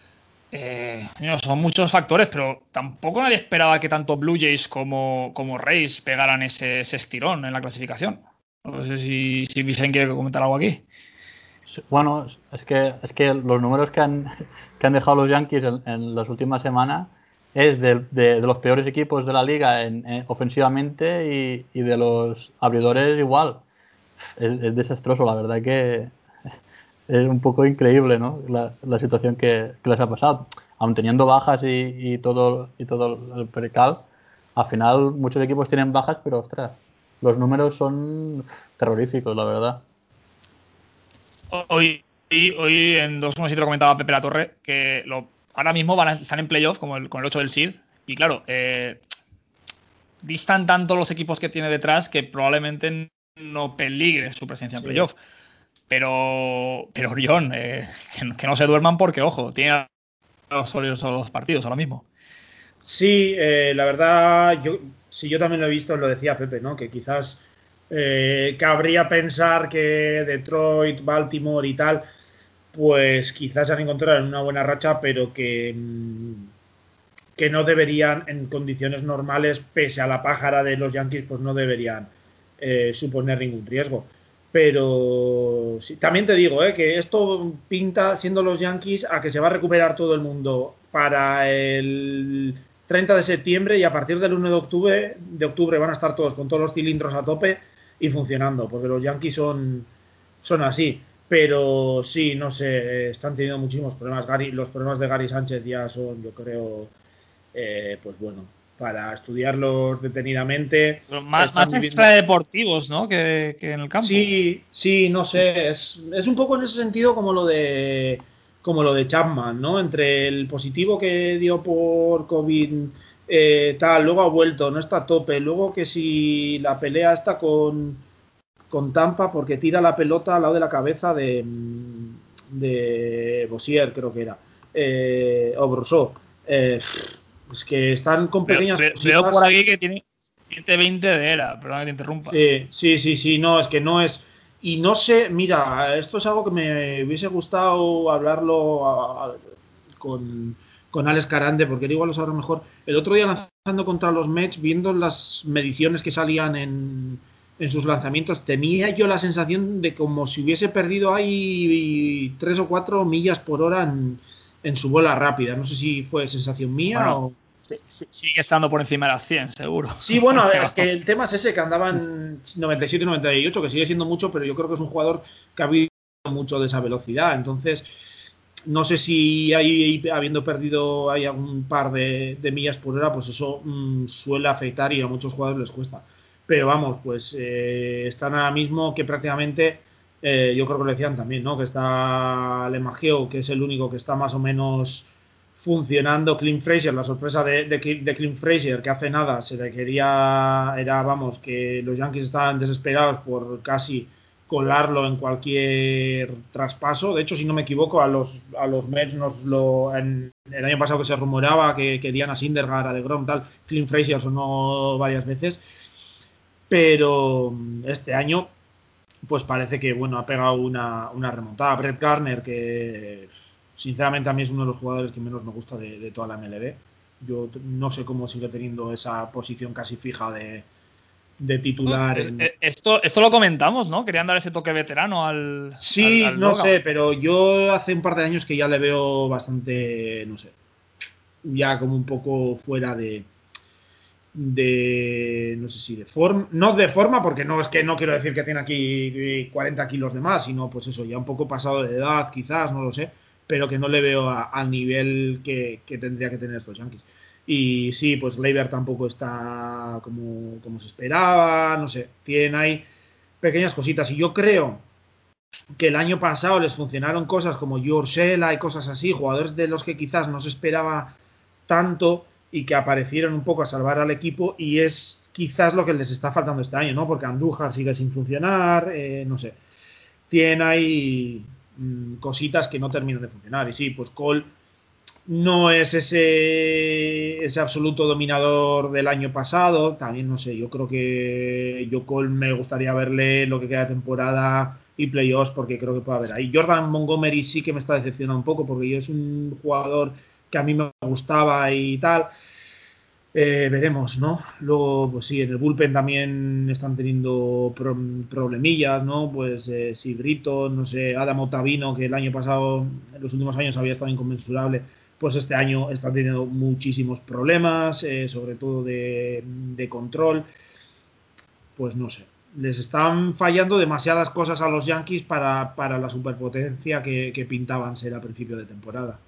B: Son muchos factores, pero tampoco nadie esperaba que tanto Blue Jays como Rays pegaran ese estirón en la clasificación. No sé si Vicente quiere comentar algo aquí.
D: Bueno, es que los números que han dejado los Yankees en las últimas semanas es de los peores equipos de la liga ofensivamente, y de los abridores igual. Es desastroso, la verdad que es un poco increíble, ¿no? La situación que les ha pasado. Aun teniendo bajas y todo el percal, al final muchos equipos tienen bajas, pero ostras, los números son terroríficos, la verdad.
B: Hoy en 2-1 lo comentaba Pepe La Torre, que ahora mismo están en playoff con el 8 del seed, y claro, distan tanto los equipos que tiene detrás que probablemente no peligre su presencia en playoff. Pero John, que no se duerman, porque ojo, tiene los dos partidos ahora mismo.
C: Sí, la verdad, yo también lo he visto, lo decía Pepe, ¿no? Que quizás cabría pensar que Detroit, Baltimore y tal, pues quizás se han encontrado en una buena racha, pero que no deberían, en condiciones normales, pese a la pájara de los Yankees, pues no deberían suponer ningún riesgo. Pero sí, también te digo que esto pinta, siendo los Yankees, a que se va a recuperar todo el mundo para el 30 de septiembre, y a partir del 1 de octubre van a estar todos con todos los cilindros a tope y funcionando, porque los Yankees son así. Pero sí, no sé, están teniendo muchísimos problemas. Los problemas de Gary Sánchez ya son, yo creo, pues bueno, para estudiarlos detenidamente.
B: Más extradeportivos, ¿no? Que en el campo.
C: Sí, no sé, es un poco en ese sentido como lo de Chapman, ¿no? Entre el positivo que dio por COVID, luego ha vuelto, no está a tope, luego que si la pelea está con Tampa porque tira la pelota al lado de la cabeza de Bossier, creo que era, o Brosseau. Es que están con pequeñas cositas.
B: Veo por aquí que tiene 20 de era, perdón que te interrumpa.
C: Sí, no, es que no es Y no sé, mira, esto es algo que me hubiese gustado hablarlo con Alex Carande, porque él igual lo sabrá mejor. El otro día lanzando contra los Mets, viendo las mediciones que salían en sus lanzamientos, tenía yo la sensación de como si hubiese perdido ahí 3 o 4 millas por hora en su bola rápida. No sé si fue sensación mía o...
B: Sigue estando por encima de las 100, seguro.
C: Sí, bueno, a ver, es que el tema es ese, que andaban 97 y 98, que sigue siendo mucho, pero yo creo que es un jugador que ha habido mucho de esa velocidad. Entonces, no sé si habiendo perdido hay algún par de millas por hora, pues eso suele afectar y a muchos jugadores les cuesta. Pero vamos, pues están ahora mismo que prácticamente, yo creo que lo decían también, ¿no? Que está LeMahieu, que es el único que está más o menos funcionando. Clint Frazier, la sorpresa de Clint Frazier, que hace nada se le quería, era, vamos, que los Yankees estaban desesperados por casi colarlo en cualquier traspaso. De hecho, si no me equivoco, a los Mets en el año pasado que se rumoraba que querían a Syndergaard, a DeGrom, tal, Clint Frazier sonó varias veces, pero este año pues parece que, bueno, ha pegado una remontada. Brett Gardner, que sinceramente a mí es uno de los jugadores que menos me gusta de toda la MLB. Yo no sé cómo sigue teniendo esa posición casi fija de titular.
B: Esto lo comentamos, ¿no? Querían dar ese toque veterano al...
C: Sí,
B: al
C: no
B: Logan.
C: sé, pero yo hace un par de años que ya le veo bastante, no sé, ya como un poco fuera de no sé si de forma, no de forma, porque no es que no quiero decir que tiene aquí 40 kilos de más, sino pues eso, ya un poco pasado de edad quizás, no lo sé, pero que no le veo al nivel que tendría que tener estos Yankees. Y sí, pues Gleyber tampoco está como se esperaba, no sé, tienen ahí pequeñas cositas. Y yo creo que el año pasado les funcionaron cosas como Urshela y cosas así, jugadores de los que quizás no se esperaba tanto y que aparecieron un poco a salvar al equipo, y es quizás lo que les está faltando este año, ¿no? Porque Andújar sigue sin funcionar, no sé. Tienen ahí cositas que no terminan de funcionar. Y sí, pues Cole no es ese absoluto dominador del año pasado. También, no sé, yo creo que yo Cole me gustaría verle lo que queda de temporada y playoffs, porque creo que puede haber ahí. Jordan Montgomery sí que me está decepcionando un poco, porque yo es un jugador que a mí me gustaba y tal. Veremos, ¿no? Luego, pues sí, en el bullpen también están teniendo problemillas, ¿no? Pues sí, Britton, no sé, Adam Ottavino, que el año pasado, en los últimos años había estado inconmensurable, pues este año están teniendo muchísimos problemas, sobre todo de control. Pues no sé, les están fallando demasiadas cosas a los Yankees para la superpotencia que pintaban ser a principio de temporada.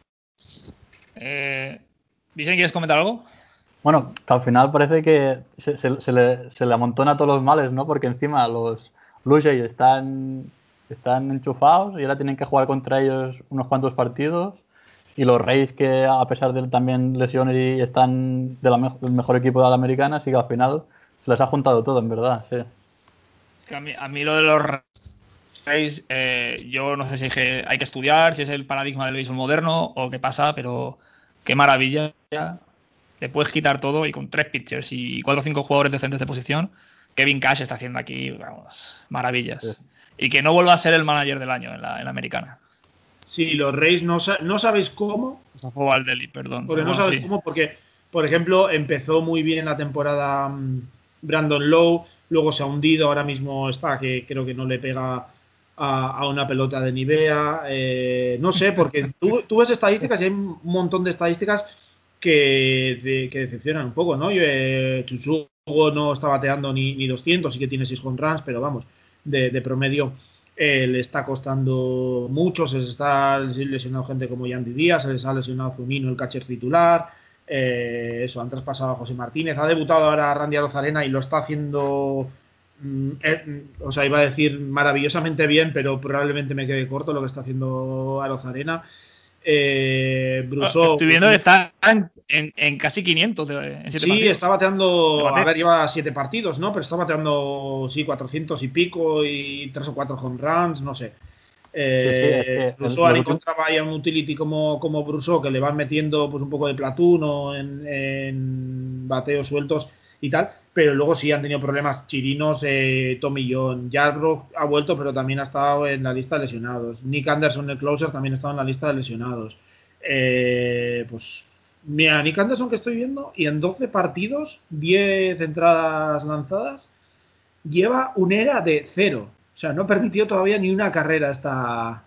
B: Vicente, ¿quieres comentar algo?
D: Bueno, que al final parece que se le amontona a todos los males, ¿no? Porque encima los Blue Jays están enchufados y ahora tienen que jugar contra ellos unos cuantos partidos. Y los Rays, que a pesar de también lesiones y están del mejor equipo de la americana, así que al final se les ha juntado todo, en verdad. Sí.
B: Es que a mí lo de los Rays, yo no sé si hay que estudiar, si es el paradigma del béisbol moderno o qué pasa, pero qué maravilla. Te puedes quitar todo y con 3 pitchers y 4 o 5 jugadores decentes de posición, Kevin Cash está haciendo aquí, vamos, maravillas. Sí. Y que no vuelva a ser el manager del año en la americana.
C: Sí, los Rays no sabéis cómo.
B: Perdón.
C: Porque no sabes cómo, porque, por ejemplo, empezó muy bien la temporada Brandon Lowe, luego se ha hundido, ahora mismo está, que creo que no le pega a una pelota de Nivea. No sé, porque tú ves estadísticas y hay un montón de estadísticas que decepcionan un poco, ¿no? Chuchugo no está bateando ni 200, sí que tiene 6 home runs, pero vamos, de promedio le está costando mucho. Se les está lesionando gente como Yandy Díaz, se les ha lesionado Zunino, el catcher titular, eso, han traspasado a José Martínez, ha debutado ahora Randy Arozarena y lo está haciendo, o sea, iba a decir maravillosamente bien, pero probablemente me quede corto lo que está haciendo Arozarena.
B: Estoy viendo que está en casi 500 en 7
C: sí,
B: partidos.
C: Está bateando, a ver, lleva 7 partidos, ¿no? Pero está bateando, sí, 400 y pico y 3 o 4 home runs, no sé.
D: Es que
C: Brusseau ahora encontraba ahí a un utility como Brusseau, que le van metiendo pues un poco de platoon o en bateos sueltos y tal, pero luego sí han tenido problemas chirinos. Tommy John, Yarbrough ha vuelto, pero también ha estado en la lista de lesionados. Nick Anderson, el closer, también ha estado en la lista de lesionados. Pues mira, Nick Anderson, que estoy viendo, y en 12 partidos, 10 entradas lanzadas, lleva un ERA de 0. O sea, no ha permitido todavía ni una carrera esta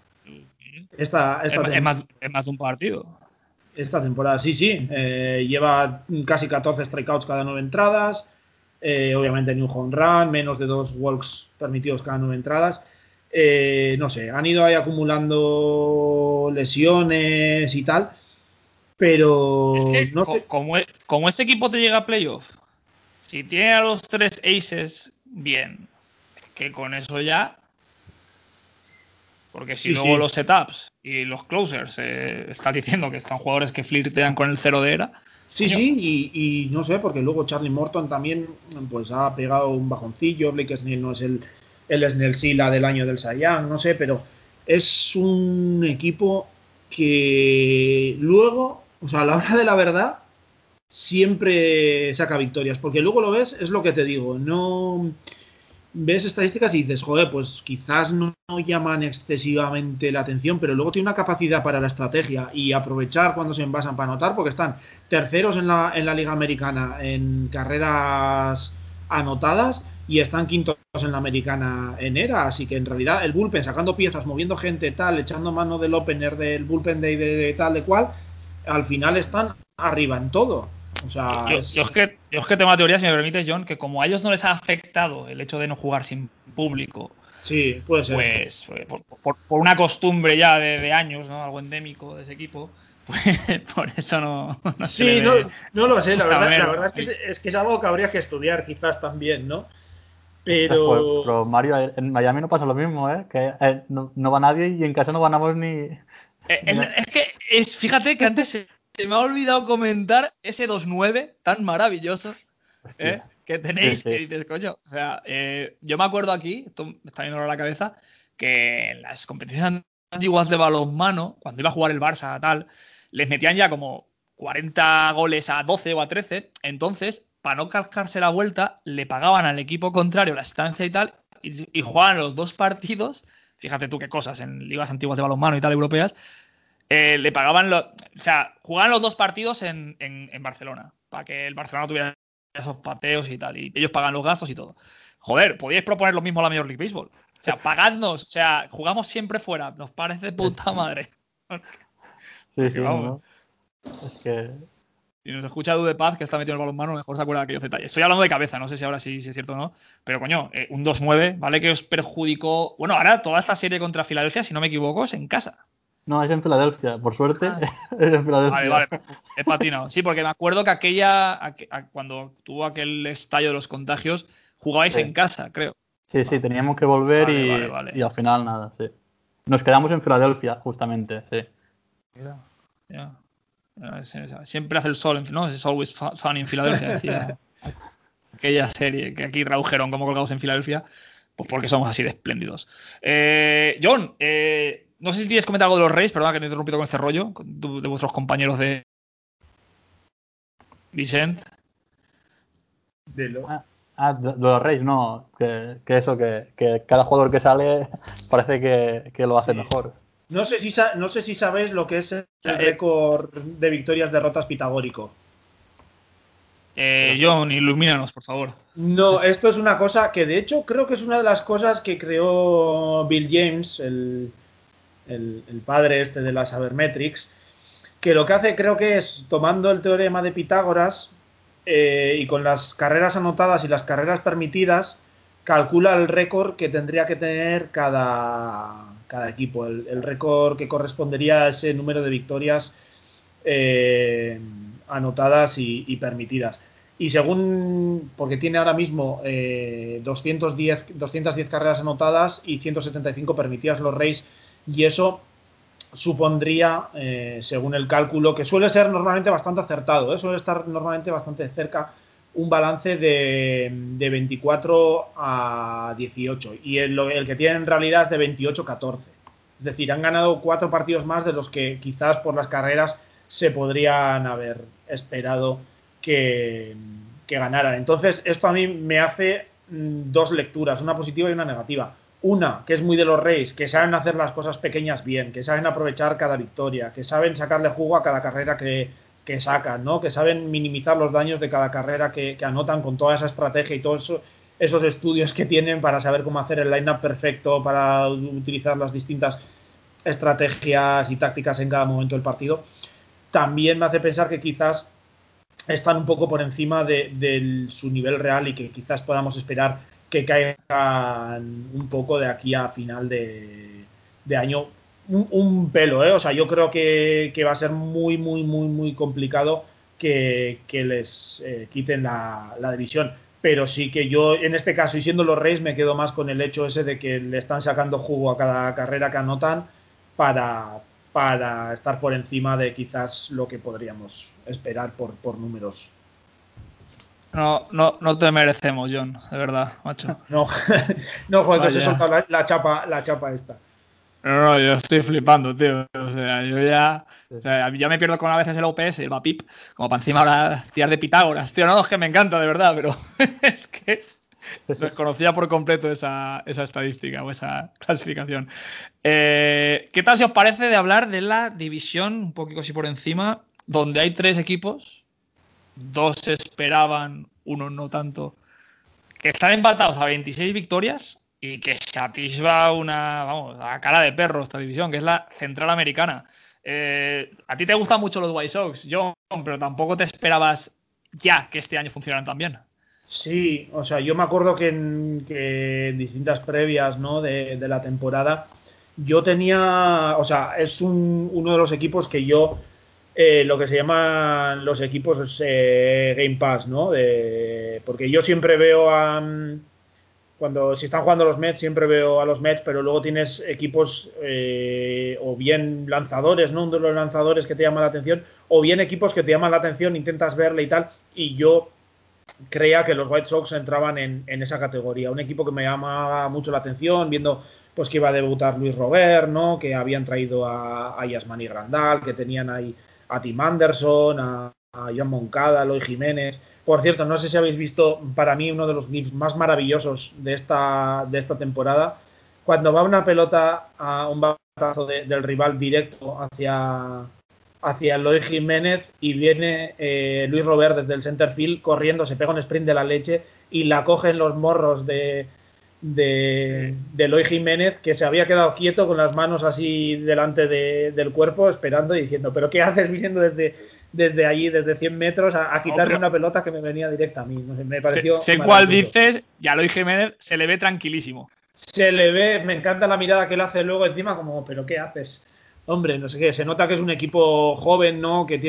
B: es más de un partido.
C: Esta temporada, sí. Lleva casi 14 strikeouts cada 9 entradas. Obviamente ni un home run, menos de 2 walks permitidos cada 9 entradas. No sé, han ido ahí acumulando lesiones y tal. Pero
B: es que,
C: no sé.
B: Como este equipo te llega a playoff, si tiene a los 3 aces bien, que con eso ya. Porque si luego los setups y los closers estás diciendo que están jugadores que flirtean con el 0 de era.
C: Sí, y no sé, porque luego Charlie Morton también pues ha pegado un bajoncillo. Blake Snell no es el Snell Sila del año del Cy Young, no sé, pero es un equipo que luego, o sea, a la hora de la verdad, siempre saca victorias, porque luego lo ves, es lo que te digo, no ves estadísticas y dices, joder, pues quizás no llaman excesivamente la atención, pero luego tiene una capacidad para la estrategia y aprovechar cuando se envasan para anotar, porque están terceros en la Liga Americana en carreras anotadas y están quintos en la Americana en ERA, así que en realidad el bullpen, sacando piezas, moviendo gente, tal, echando mano del opener, del bullpen de tal, de cual, al final están arriba en todo. O sea,
B: yo es que tengo una teoría, si me permites, John, que como a ellos no les ha afectado el hecho de no jugar sin público,
C: sí, puede ser.
B: Pues por una costumbre ya de años, ¿no? Algo endémico de ese equipo, pues por eso no
C: sí, no lo sé, la verdad es que es algo que habría que estudiar quizás también, ¿no?
D: Pero Mario, en Miami no pasa lo mismo, ¿eh? Que no va nadie y en casa no ganamos ni...
B: Es que fíjate que antes se me ha olvidado comentar ese 2-9 tan maravilloso que tenéis, sí. Que dices, coño. O sea, yo me acuerdo aquí, esto me está viendo a la cabeza, que en las competiciones antiguas de balonmano, cuando iba a jugar el Barça, tal, les metían ya como 40 goles a 12 o a 13. Entonces, para no cascarse la vuelta, le pagaban al equipo contrario la estancia y tal, y jugaban los 2 partidos. Fíjate tú qué cosas en ligas antiguas de balonmano y tal, europeas. Le pagaban, o sea, jugaban los 2 partidos en Barcelona, para que el Barcelona tuviera esos pateos y tal, y ellos pagan los gastos y todo. Joder, podíais proponer lo mismo a la Major League Baseball. O sea, pagadnos, o sea, jugamos siempre fuera, nos parece de puta madre.
D: Sí, vamos. ¿No? Es que...
B: Si nos escucha Edu de Paz, que está metido en el balonmano, mejor se acuerda de aquellos detalles. Estoy hablando de cabeza, no sé si ahora sí es cierto o no, pero coño, un 2-9, ¿vale? Que os perjudicó. Bueno, ahora toda esta serie contra Filadelfia, si no me equivoco, es en casa.
D: No, es en Filadelfia, por suerte. Es en Filadelfia.
B: Vale, he patinado. Sí, porque me acuerdo que cuando tuvo aquel estallo de los contagios, jugabais en casa, creo.
D: Sí, teníamos que volver y al final nada, sí. Nos quedamos en Filadelfia, justamente, sí.
B: Ya. Siempre hace el sol, ¿no? Es always sunny en Filadelfia, decía aquella serie que aquí tradujeron como Colgados en Filadelfia, pues porque somos así de espléndidos. John, no sé si tienes que comentar algo de los Rays, perdón que te he interrumpido con este rollo, de vuestros compañeros de Vicent.
D: De los Rays, no, que eso, que cada jugador que sale parece que lo hace mejor.
C: No sé si sabéis lo que es el récord de victorias-derrotas pitagórico.
B: John, ilumínanos, por favor.
C: No, esto es una cosa que de hecho creo que es una de las cosas que creó Bill James, el padre de las sabermetrics, que lo que hace creo que es, tomando el teorema de Pitágoras y con las carreras anotadas y las carreras permitidas, calcula el récord que tendría que tener cada equipo, el récord que correspondería a ese número de victorias anotadas y permitidas. Y según, porque tiene ahora mismo 210 carreras anotadas y 175 permitidas los Rays, y eso supondría, según el cálculo, que suele ser normalmente bastante acertado, suele estar normalmente bastante cerca, un balance de 24 a 18, y el que tienen en realidad es de 28 a 14. Es decir, han ganado 4 partidos más de los que quizás por las carreras se podrían haber esperado que que ganaran. Entonces, esto a mí me hace dos lecturas, una positiva y una negativa. Una, que es muy de los Rays, que saben hacer las cosas pequeñas bien, que saben aprovechar cada victoria, que saben sacarle jugo a cada carrera que sacan, ¿no? Que saben minimizar los daños de cada carrera que anotan con toda esa estrategia y todos esos estudios que tienen para saber cómo hacer el line-up perfecto, para utilizar las distintas estrategias y tácticas en cada momento del partido. También me hace pensar que quizás están un poco por encima de su nivel real y que quizás podamos esperar que caigan un poco de aquí a final de año. Un pelo, ¿eh? O sea, yo creo que va a ser muy, muy, muy, muy complicado que les quiten la división. Pero sí que yo, en este caso, y siendo los Rays, me quedo más con el hecho ese de que le están sacando jugo a cada carrera que anotan para estar por encima de quizás lo que podríamos esperar por números.
B: No te merecemos, John, de verdad, macho.
C: No, joder, que os he soltado la chapa esta.
B: No, yo estoy flipando, tío. O sea, ya me pierdo con a veces el OPS, el VAPIP, como para encima ahora tirar de Pitágoras. Tío, no, es que me encanta, de verdad, pero es que desconocía por completo esa estadística o esa clasificación. ¿Qué tal si os parece de hablar de la división, un poquito así por encima, donde hay 3 equipos? 2 se esperaban, 1 no tanto, que están empatados a 26 victorias y que se atisba a cara de perro esta división, que es la Central Americana. A ti te gustan mucho los White Sox, John, pero tampoco te esperabas ya que este año funcionaran tan bien.
C: Sí, o sea, yo me acuerdo que en distintas previas, ¿no? de la temporada, yo tenía, o sea, es uno de los equipos que yo lo que se llaman los equipos Game Pass, ¿no? Porque yo siempre veo si están jugando los Mets, siempre veo a los Mets, pero luego tienes equipos o bien lanzadores, ¿no? Uno de los lanzadores que te llama la atención, o bien equipos que te llaman la atención, intentas verle y tal, y yo creía que los White Sox entraban en esa categoría. Un equipo que me llamaba mucho la atención, viendo pues que iba a debutar Luis Robert, ¿no? Que habían traído a Yasmani Grandal, que tenían ahí a Tim Anderson, a Joan Moncada, a Eloy Jiménez. Por cierto, no sé si habéis visto, para mí, uno de los GIFs más maravillosos de esta temporada, cuando va una pelota a un batazo del rival directo hacia Eloy Jiménez y viene Luis Robert desde el center field corriendo, se pega un sprint de la leche y la coge en los morros de Eloy Jiménez, que se había quedado quieto con las manos así delante del cuerpo esperando y diciendo, ¿pero qué haces viniendo desde allí, desde 100 metros a quitarme una pelota que me venía directa a mí? No sé, me pareció
B: sé cuál dices, y a Eloy Jiménez se le ve tranquilísimo.
C: Se le ve, me encanta la mirada que él hace luego encima como, ¿pero qué haces? Hombre, no sé qué, se nota que es un equipo joven, ¿no? Que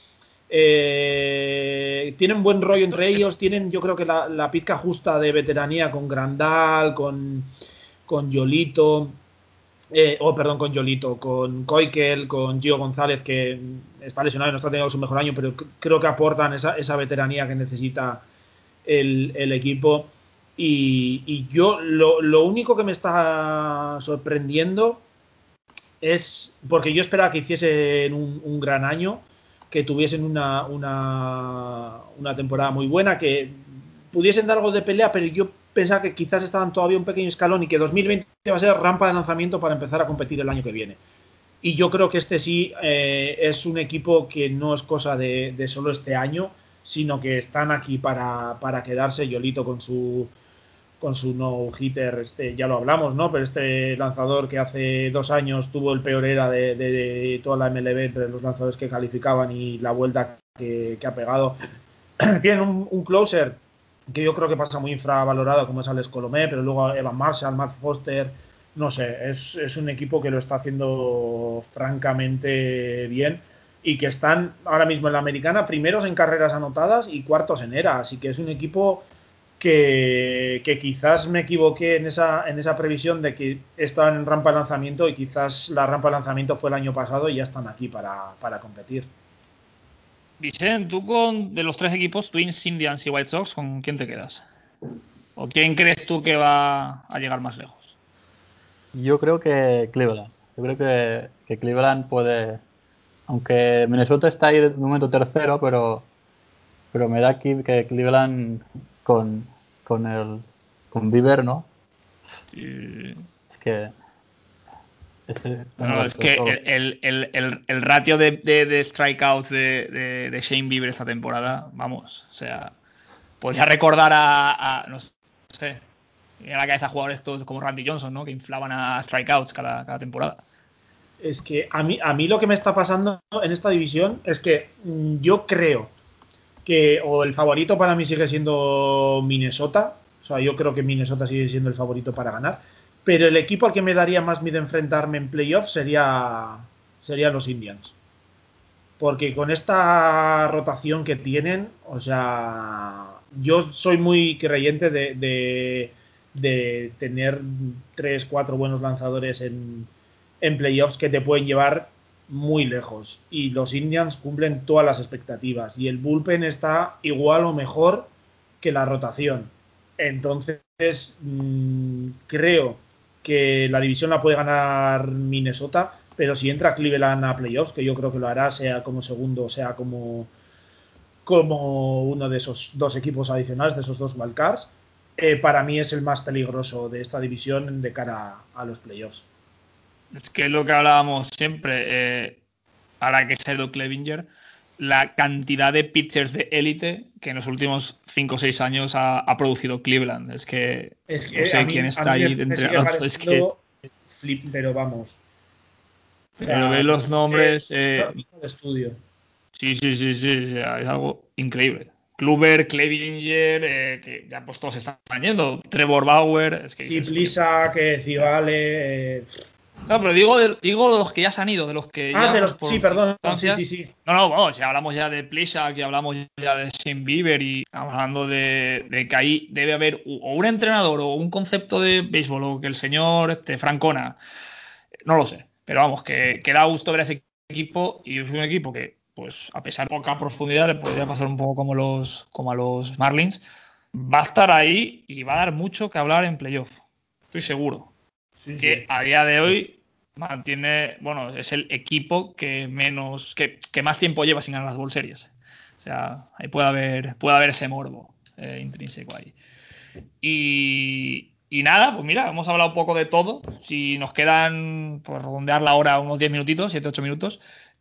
C: tienen buen rollo entre ellos, tienen yo creo que la pizca justa de veteranía con Grandal, con Yolito, con Yolito, con Keuchel, con Gio González, que está lesionado y no está teniendo su mejor año, pero creo que aportan esa veteranía que necesita el equipo. Y yo lo único que me está sorprendiendo es, porque yo esperaba que hiciesen un gran año, que tuviesen una temporada muy buena, que pudiesen dar algo de pelea, pero yo pensaba que quizás estaban todavía un pequeño escalón y que 2020 va a ser rampa de lanzamiento para empezar a competir el año que viene. Y yo creo que este sí es un equipo que no es cosa de solo este año, sino que están aquí para quedarse. Yolito con su no-hitter, ya lo hablamos, ¿no? Pero este lanzador que hace 2 años tuvo el peor era de toda la MLB entre los lanzadores que calificaban y la vuelta que ha pegado. Tienen un closer que yo creo que pasa muy infravalorado, como es Alex Colomé, pero luego Evan Marshall, Matt Foster, no sé, es un equipo que lo está haciendo francamente bien y que están ahora mismo en la americana primeros en carreras anotadas y cuartos en ERA, así que es un equipo que quizás me equivoqué en esa previsión de que estaban en rampa de lanzamiento y quizás la rampa de lanzamiento fue el año pasado y ya están aquí para competir.
B: Vicente, tú de los 3 equipos, Twins, Indians y White Sox, ¿con quién te quedas? ¿O quién crees tú que va a llegar más lejos?
D: Yo creo que Cleveland. Yo creo que Cleveland puede... Aunque Minnesota está ahí de momento tercero, pero Pero me da aquí que Cleveland con Bieber, ¿no?
B: Sí.
D: Es que...
B: No, es que el ratio de strikeouts de Shane Bieber esta temporada, vamos, o sea, podría recordar no sé, en la cabeza jugadores estos como Randy Johnson, ¿no? Que inflaban a strikeouts cada temporada.
C: Es que a mí lo que me está pasando en esta división es que yo creo que o el favorito para mí sigue siendo Minnesota, o sea, yo creo que Minnesota sigue siendo el favorito para ganar, pero el equipo al que me daría más miedo enfrentarme en playoffs serían los Indians. Porque con esta rotación que tienen, o sea, yo soy muy creyente de tener 3-4 buenos lanzadores en playoffs que te pueden llevar muy lejos. Y los Indians cumplen todas las expectativas. Y el bullpen está igual o mejor que la rotación. Entonces, creo que la división la puede ganar Minnesota, pero si entra Cleveland a playoffs, que yo creo que lo hará, sea como segundo, sea como uno de esos dos equipos adicionales, de esos dos wildcards, para mí es el más peligroso de esta división de cara a los playoffs.
B: Es que es lo que hablábamos siempre, ahora que se ha ido Clevinger, la cantidad de pitchers de élite que en los últimos 5 o 6 años ha producido Cleveland. Es que no sé quién está ahí de entrenador. Es que
C: pero vamos.
B: Pero ve los nombres.
C: De estudio.
B: Sí, es algo increíble. Kluber, Clevinger, que ya pues todos están yendo. Trevor Bauer. Es que
C: sí, Plisa, que Civale.
B: No, pero digo de los que ya se han ido, de los que ya...
C: de los... Sí, perdón. Sí.
B: No, vamos, si hablamos ya de Plisa, que hablamos ya de Shane Bieber y estamos hablando de que ahí debe haber o un entrenador o un concepto de béisbol o que el señor Francona, no lo sé, pero vamos, que da gusto ver a ese equipo y es un equipo que, pues, a pesar de poca profundidad, le podría pasar un poco como a los Marlins, va a estar ahí y va a dar mucho que hablar en playoff, estoy seguro. Que a día de hoy mantiene, bueno, es el equipo que más tiempo lleva sin ganar las World Series. O sea, ahí puede haber ese morbo intrínseco ahí. Y nada, pues mira, hemos hablado un poco de todo. Si nos quedan, por redondear la hora, unos 10 minutitos, 7-8 minutos.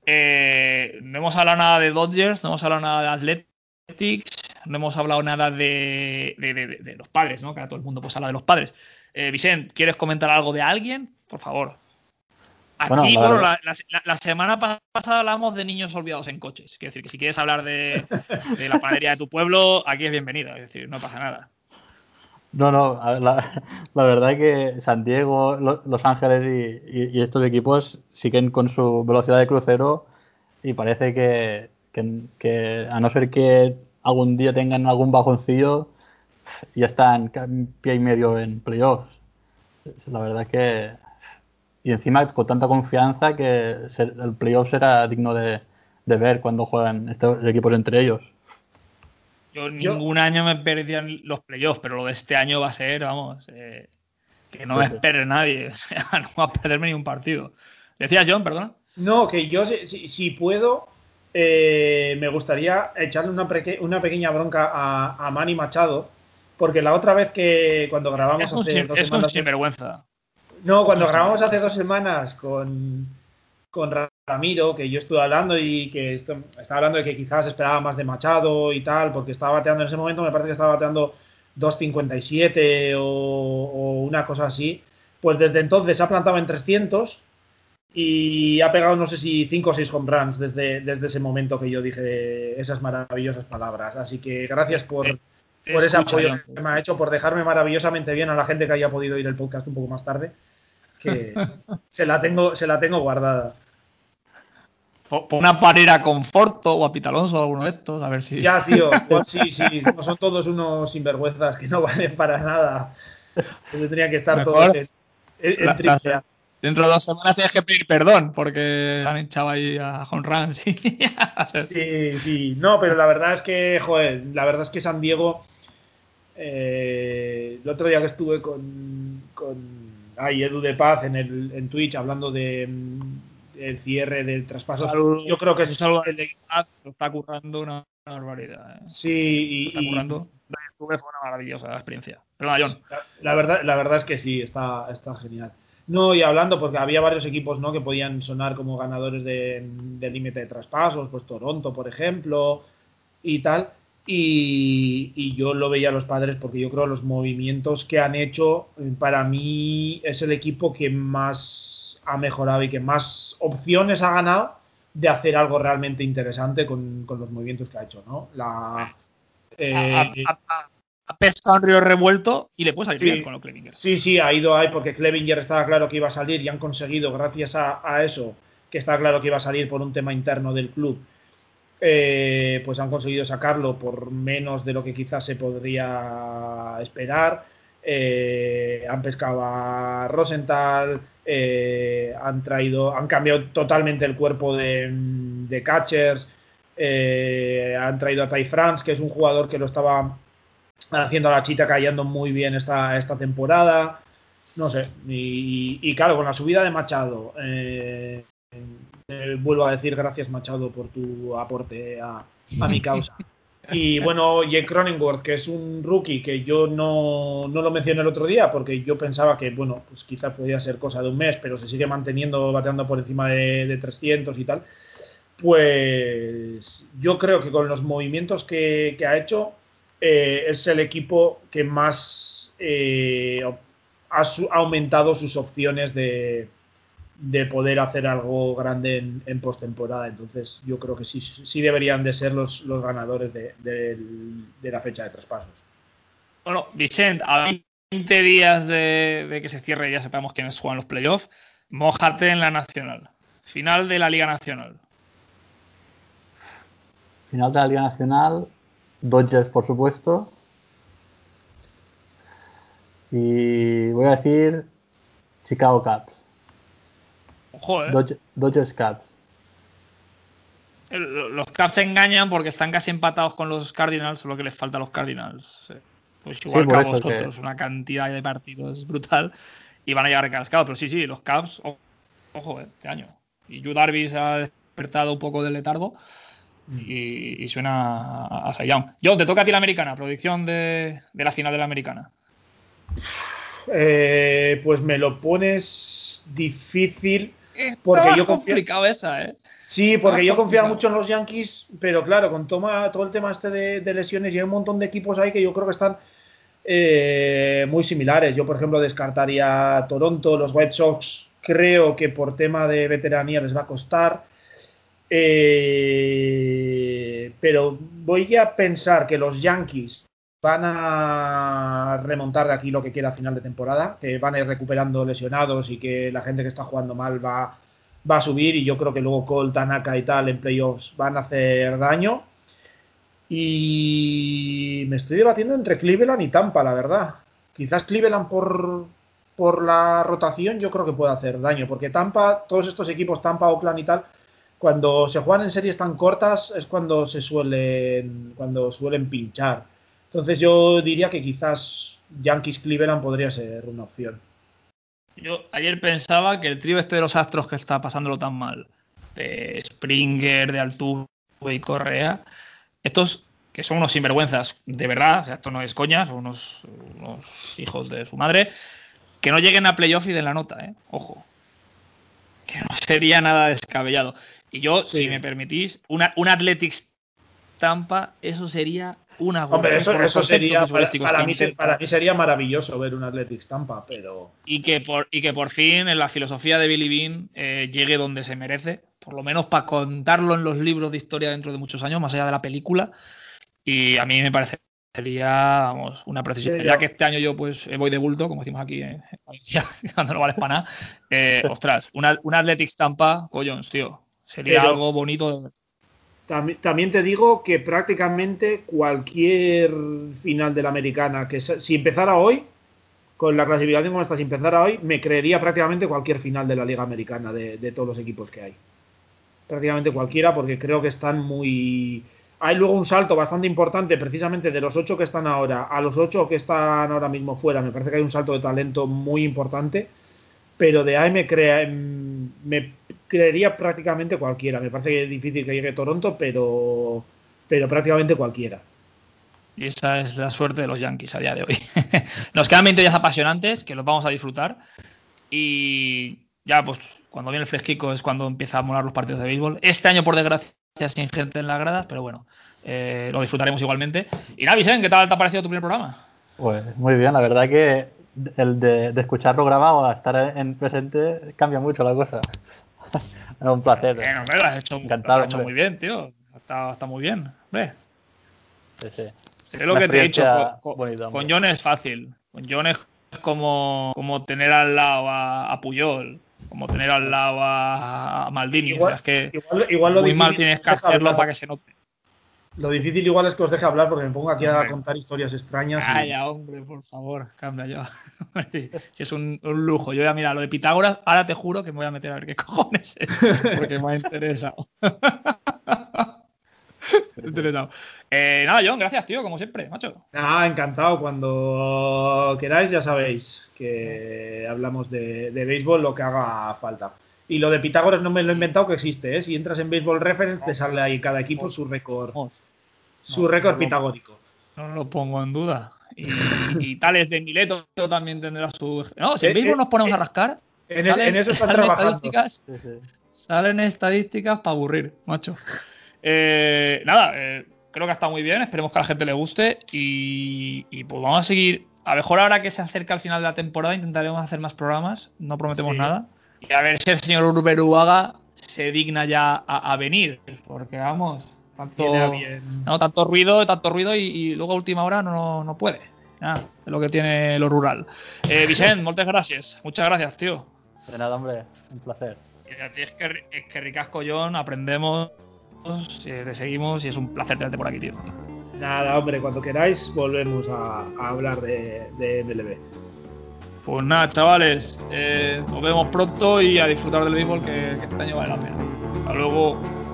B: No hemos hablado nada de Dodgers, no hemos hablado nada de Athletics, no hemos hablado nada de los Padres, ¿no? Que ahora todo el mundo pues habla de los Padres. Vicent, ¿quieres comentar algo de alguien? Por favor. Aquí, la semana pasada hablamos de niños olvidados en coches. Quiero decir que si quieres hablar de la panadería de tu pueblo, aquí es bienvenido. Es decir, no pasa nada.
D: No, la verdad es que San Diego, Los Ángeles y estos equipos siguen con su velocidad de crucero y parece que a no ser que algún día tengan algún bajoncillo, ya están pie y medio en playoffs. La verdad es que... Y encima con tanta confianza que el playoff será digno de ver cuando juegan estos equipos entre ellos.
B: Yo ningún año me perdían los playoffs, pero lo de este año va a ser, vamos, que no me espere nadie. O sea, no va a perderme ni un partido. ¿Decías, John, perdona?
C: No, que yo si puedo... me gustaría echarle una pequeña bronca a Manny Machado, porque la otra vez que cuando grabamos hace 2 semanas...
B: Es un sinvergüenza.
C: No, cuando grabamos hace 2 semanas con Ramiro, que yo estuve hablando y que estaba hablando de que quizás esperaba más de Machado y tal, porque estaba bateando en ese momento, me parece que estaba bateando 2.57 o una cosa así, pues desde entonces ha plantado en 300 y ha pegado no sé si 5 o 6 home runs desde ese momento que yo dije esas maravillosas palabras. Así que gracias por ese apoyo que me ha hecho, por dejarme maravillosamente bien a la gente que haya podido oír el podcast un poco más tarde, que se la tengo guardada.
B: Pon una parera con Forto o a Pitalonso o alguno de estos, a ver si...
C: Ya, tío, pues sí, no son todos unos sinvergüenzas que no valen para nada. Tendrían que estar
B: mejor
C: todos en triste.
B: Dentro de 2 semanas tienes que pedir perdón porque han echado ahí a home runs.
C: Sí. No, pero la verdad es que, San Diego, el otro día que estuve con Edu de Paz en Twitch hablando de el cierre del traspaso, yo creo que
B: se lo está currando una barbaridad.
C: Sí,
B: Se está currando. Fue una maravillosa experiencia. Perdona, John.
C: La verdad es que sí, está genial. No, y hablando, porque había varios equipos, ¿no?, que podían sonar como ganadores del límite de traspasos, pues Toronto, por ejemplo, y tal. Y yo lo veía a los Padres porque yo creo los movimientos que han hecho, para mí es el equipo que más ha mejorado y que más opciones ha ganado de hacer algo realmente interesante con los movimientos que ha hecho, ¿no?
B: Ha pescado un río revuelto y le puede salir bien
C: Sí,
B: con los Clevinger.
C: sí, ha ido ahí porque Clevinger estaba claro que iba a salir y han conseguido, gracias a eso, que está claro que iba a salir por un tema interno del club, pues han conseguido sacarlo por menos de lo que quizás se podría esperar. Han pescado a Rosenthal, han cambiado totalmente el cuerpo de catchers, han traído a Ty France, que es un jugador que lo estaba haciendo a la chita cayendo muy bien esta temporada. No sé, y claro, con la subida de Machado, vuelvo a decir gracias, Machado, por tu aporte a mi causa. Y bueno, Jake Cronenworth, que es un rookie que yo no lo mencioné el otro día porque yo pensaba que, bueno, pues quizá podía ser cosa de un mes, pero se sigue manteniendo, bateando por encima de 300 y tal. Pues yo creo que con los movimientos que ha hecho, es el equipo que más ha aumentado sus opciones de poder hacer algo grande en postemporada. Entonces yo creo que sí deberían de ser los ganadores de la fecha de traspasos.
B: Bueno, Vicent, a 20 días de que se cierre, ya sepamos quiénes juegan los playoffs, mójate en la Nacional. Final de la Liga Nacional.
D: Final de la Liga Nacional, Dodgers, por supuesto. Y voy a decir Chicago Cubs.
B: Ojo,
D: Dodgers Cubs.
B: Los Cubs se engañan porque están casi empatados con los Cardinals, solo que les falta a los Cardinals. Pues igual
D: Sí,
B: que a
D: por eso
B: vosotros,
D: que...
B: una cantidad de partidos brutal y van a llegar recascados. Pero sí, los Cubs, ojo, este año. Y Yu Darvish ha despertado un poco del letargo y suena a Cy Young. John, te toca a ti la americana, predicción de la final de la americana.
C: Pues me lo pones difícil porque yo
B: complicado esa, ¿eh?
C: Sí, porque yo confiaba mucho en los Yankees, pero claro, con todo el tema este de lesiones, y hay un montón de equipos ahí que yo creo que están muy similares. Yo, por ejemplo, descartaría a Toronto, los White Sox, creo que por tema de veteranía les va a costar. Pero voy a pensar que los Yankees van a remontar de aquí lo que queda a final de temporada, que van a ir recuperando lesionados y que la gente que está jugando mal va a subir, y yo creo que luego Cole, Tanaka y tal en playoffs van a hacer daño. Y me estoy debatiendo entre Cleveland y Tampa, la verdad. Quizás Cleveland por la rotación yo creo que puede hacer daño, porque Tampa, todos estos equipos, Tampa, Oakland y tal, cuando se juegan en series tan cortas es cuando suelen pinchar. Entonces yo diría que quizás Yankees-Cleveland podría ser una opción.
B: Yo ayer pensaba que el trío este de los Astros que está pasándolo tan mal, de Springer, de Altuve y Correa, estos que son unos sinvergüenzas, de verdad, o sea, esto no es coña, son unos hijos de su madre, que no lleguen a playoff y de la nota, ojo, que no sería nada descabellado. Y yo,
C: Sí.
B: Si me permitís, un Athletics Tampa, eso sería una
C: buena. Hombre, eso sería, para mí sería maravilloso ver un Athletics Tampa, pero...
B: Y que por fin en la filosofía de Billy Beane llegue donde se merece, por lo menos para contarlo en los libros de historia dentro de muchos años, más allá de la película. Y a mí me parecería, vamos, una precisión. Ya que este año yo pues voy de bulto, como decimos aquí en Valencia, cuando no vale para nada. Ostras, un Athletics Tampa, collons, tío, sería algo bonito de ver.
C: También te digo que prácticamente cualquier final de la americana, que si empezara hoy, con la clasificación como está, si empezara hoy, me creería prácticamente cualquier final de la liga americana de todos los equipos que hay. Prácticamente cualquiera, porque creo que están muy... Hay luego un salto bastante importante, precisamente de los 8 que están ahora a los 8 que están ahora mismo fuera. Me parece que hay un salto de talento muy importante, pero de ahí me creería prácticamente cualquiera. Me parece que es difícil que llegue Toronto, pero pero prácticamente cualquiera.
B: Y esa es la suerte de los Yankees a día de hoy. Nos quedan 20 días apasionantes que los vamos a disfrutar. Y ya, pues, cuando viene el fresquico es cuando empieza a molar los partidos de béisbol. Este año, por desgracia, sin gente en las gradas, pero bueno, lo disfrutaremos igualmente. Y nada, Vicente, ¿qué tal te ha parecido tu primer programa?
D: Pues muy bien, la verdad que el de escucharlo grabado a estar en presente cambia mucho la cosa. Es un placer.
B: Bueno, lo has hecho,
D: Encantado,
B: lo has hecho muy bien, tío. Está muy bien, hombre.
D: Sí.
B: Es lo que te he dicho,
D: bonita,
B: con John es fácil. Con John es como tener al lado a Puyol, como tener al lado a Maldini.
C: Igual,
B: o sea, es que
C: igual lo
B: muy mal
C: difícil
B: tienes que
C: es
B: hacerlo
C: hablar.
B: para que se note.
C: Lo difícil igual es que os deje hablar porque me pongo aquí a contar historias extrañas.
B: Ya, hombre, por favor, cambia yo. Si es un lujo. Yo ya, mira, lo de Pitágoras, ahora te juro que me voy a meter a ver qué cojones es, porque me ha interesado. Nada, John, gracias, tío, como siempre, macho.
C: Encantado. Cuando queráis, ya sabéis que hablamos de béisbol, lo que haga falta. Y lo de Pitágoras no me lo he inventado, que existe, ¿eh? Si entras en Baseball Reference, te sale ahí cada equipo su récord. Su récord pitagórico.
B: No lo pongo en duda. Y Tales de Mileto también tendrá su... No, si en béisbol nos ponemos a rascar,
C: en eso están trabajando.
B: Salen estadísticas para aburrir, macho. Nada, creo que ha estado muy bien. Esperemos que a la gente le guste. Y pues vamos a seguir. A lo mejor ahora que se acerca al final de la temporada intentaremos hacer más programas. No prometemos nada. Y a ver si el señor Urberuaga se digna ya a venir. Porque vamos, tanto ruido y luego a última hora no puede. Es lo que tiene lo rural. Vicent, muchas gracias. Muchas gracias, tío.
D: De nada, hombre. Un placer.
B: Y a ti es que ricasco, John. Aprendemos, te seguimos y es un placer tenerte por aquí, tío.
C: Nada, hombre, cuando queráis volvemos a hablar de MLB.
B: Pues nada, chavales, nos vemos pronto y a disfrutar del béisbol que este año vale la pena. Hasta luego.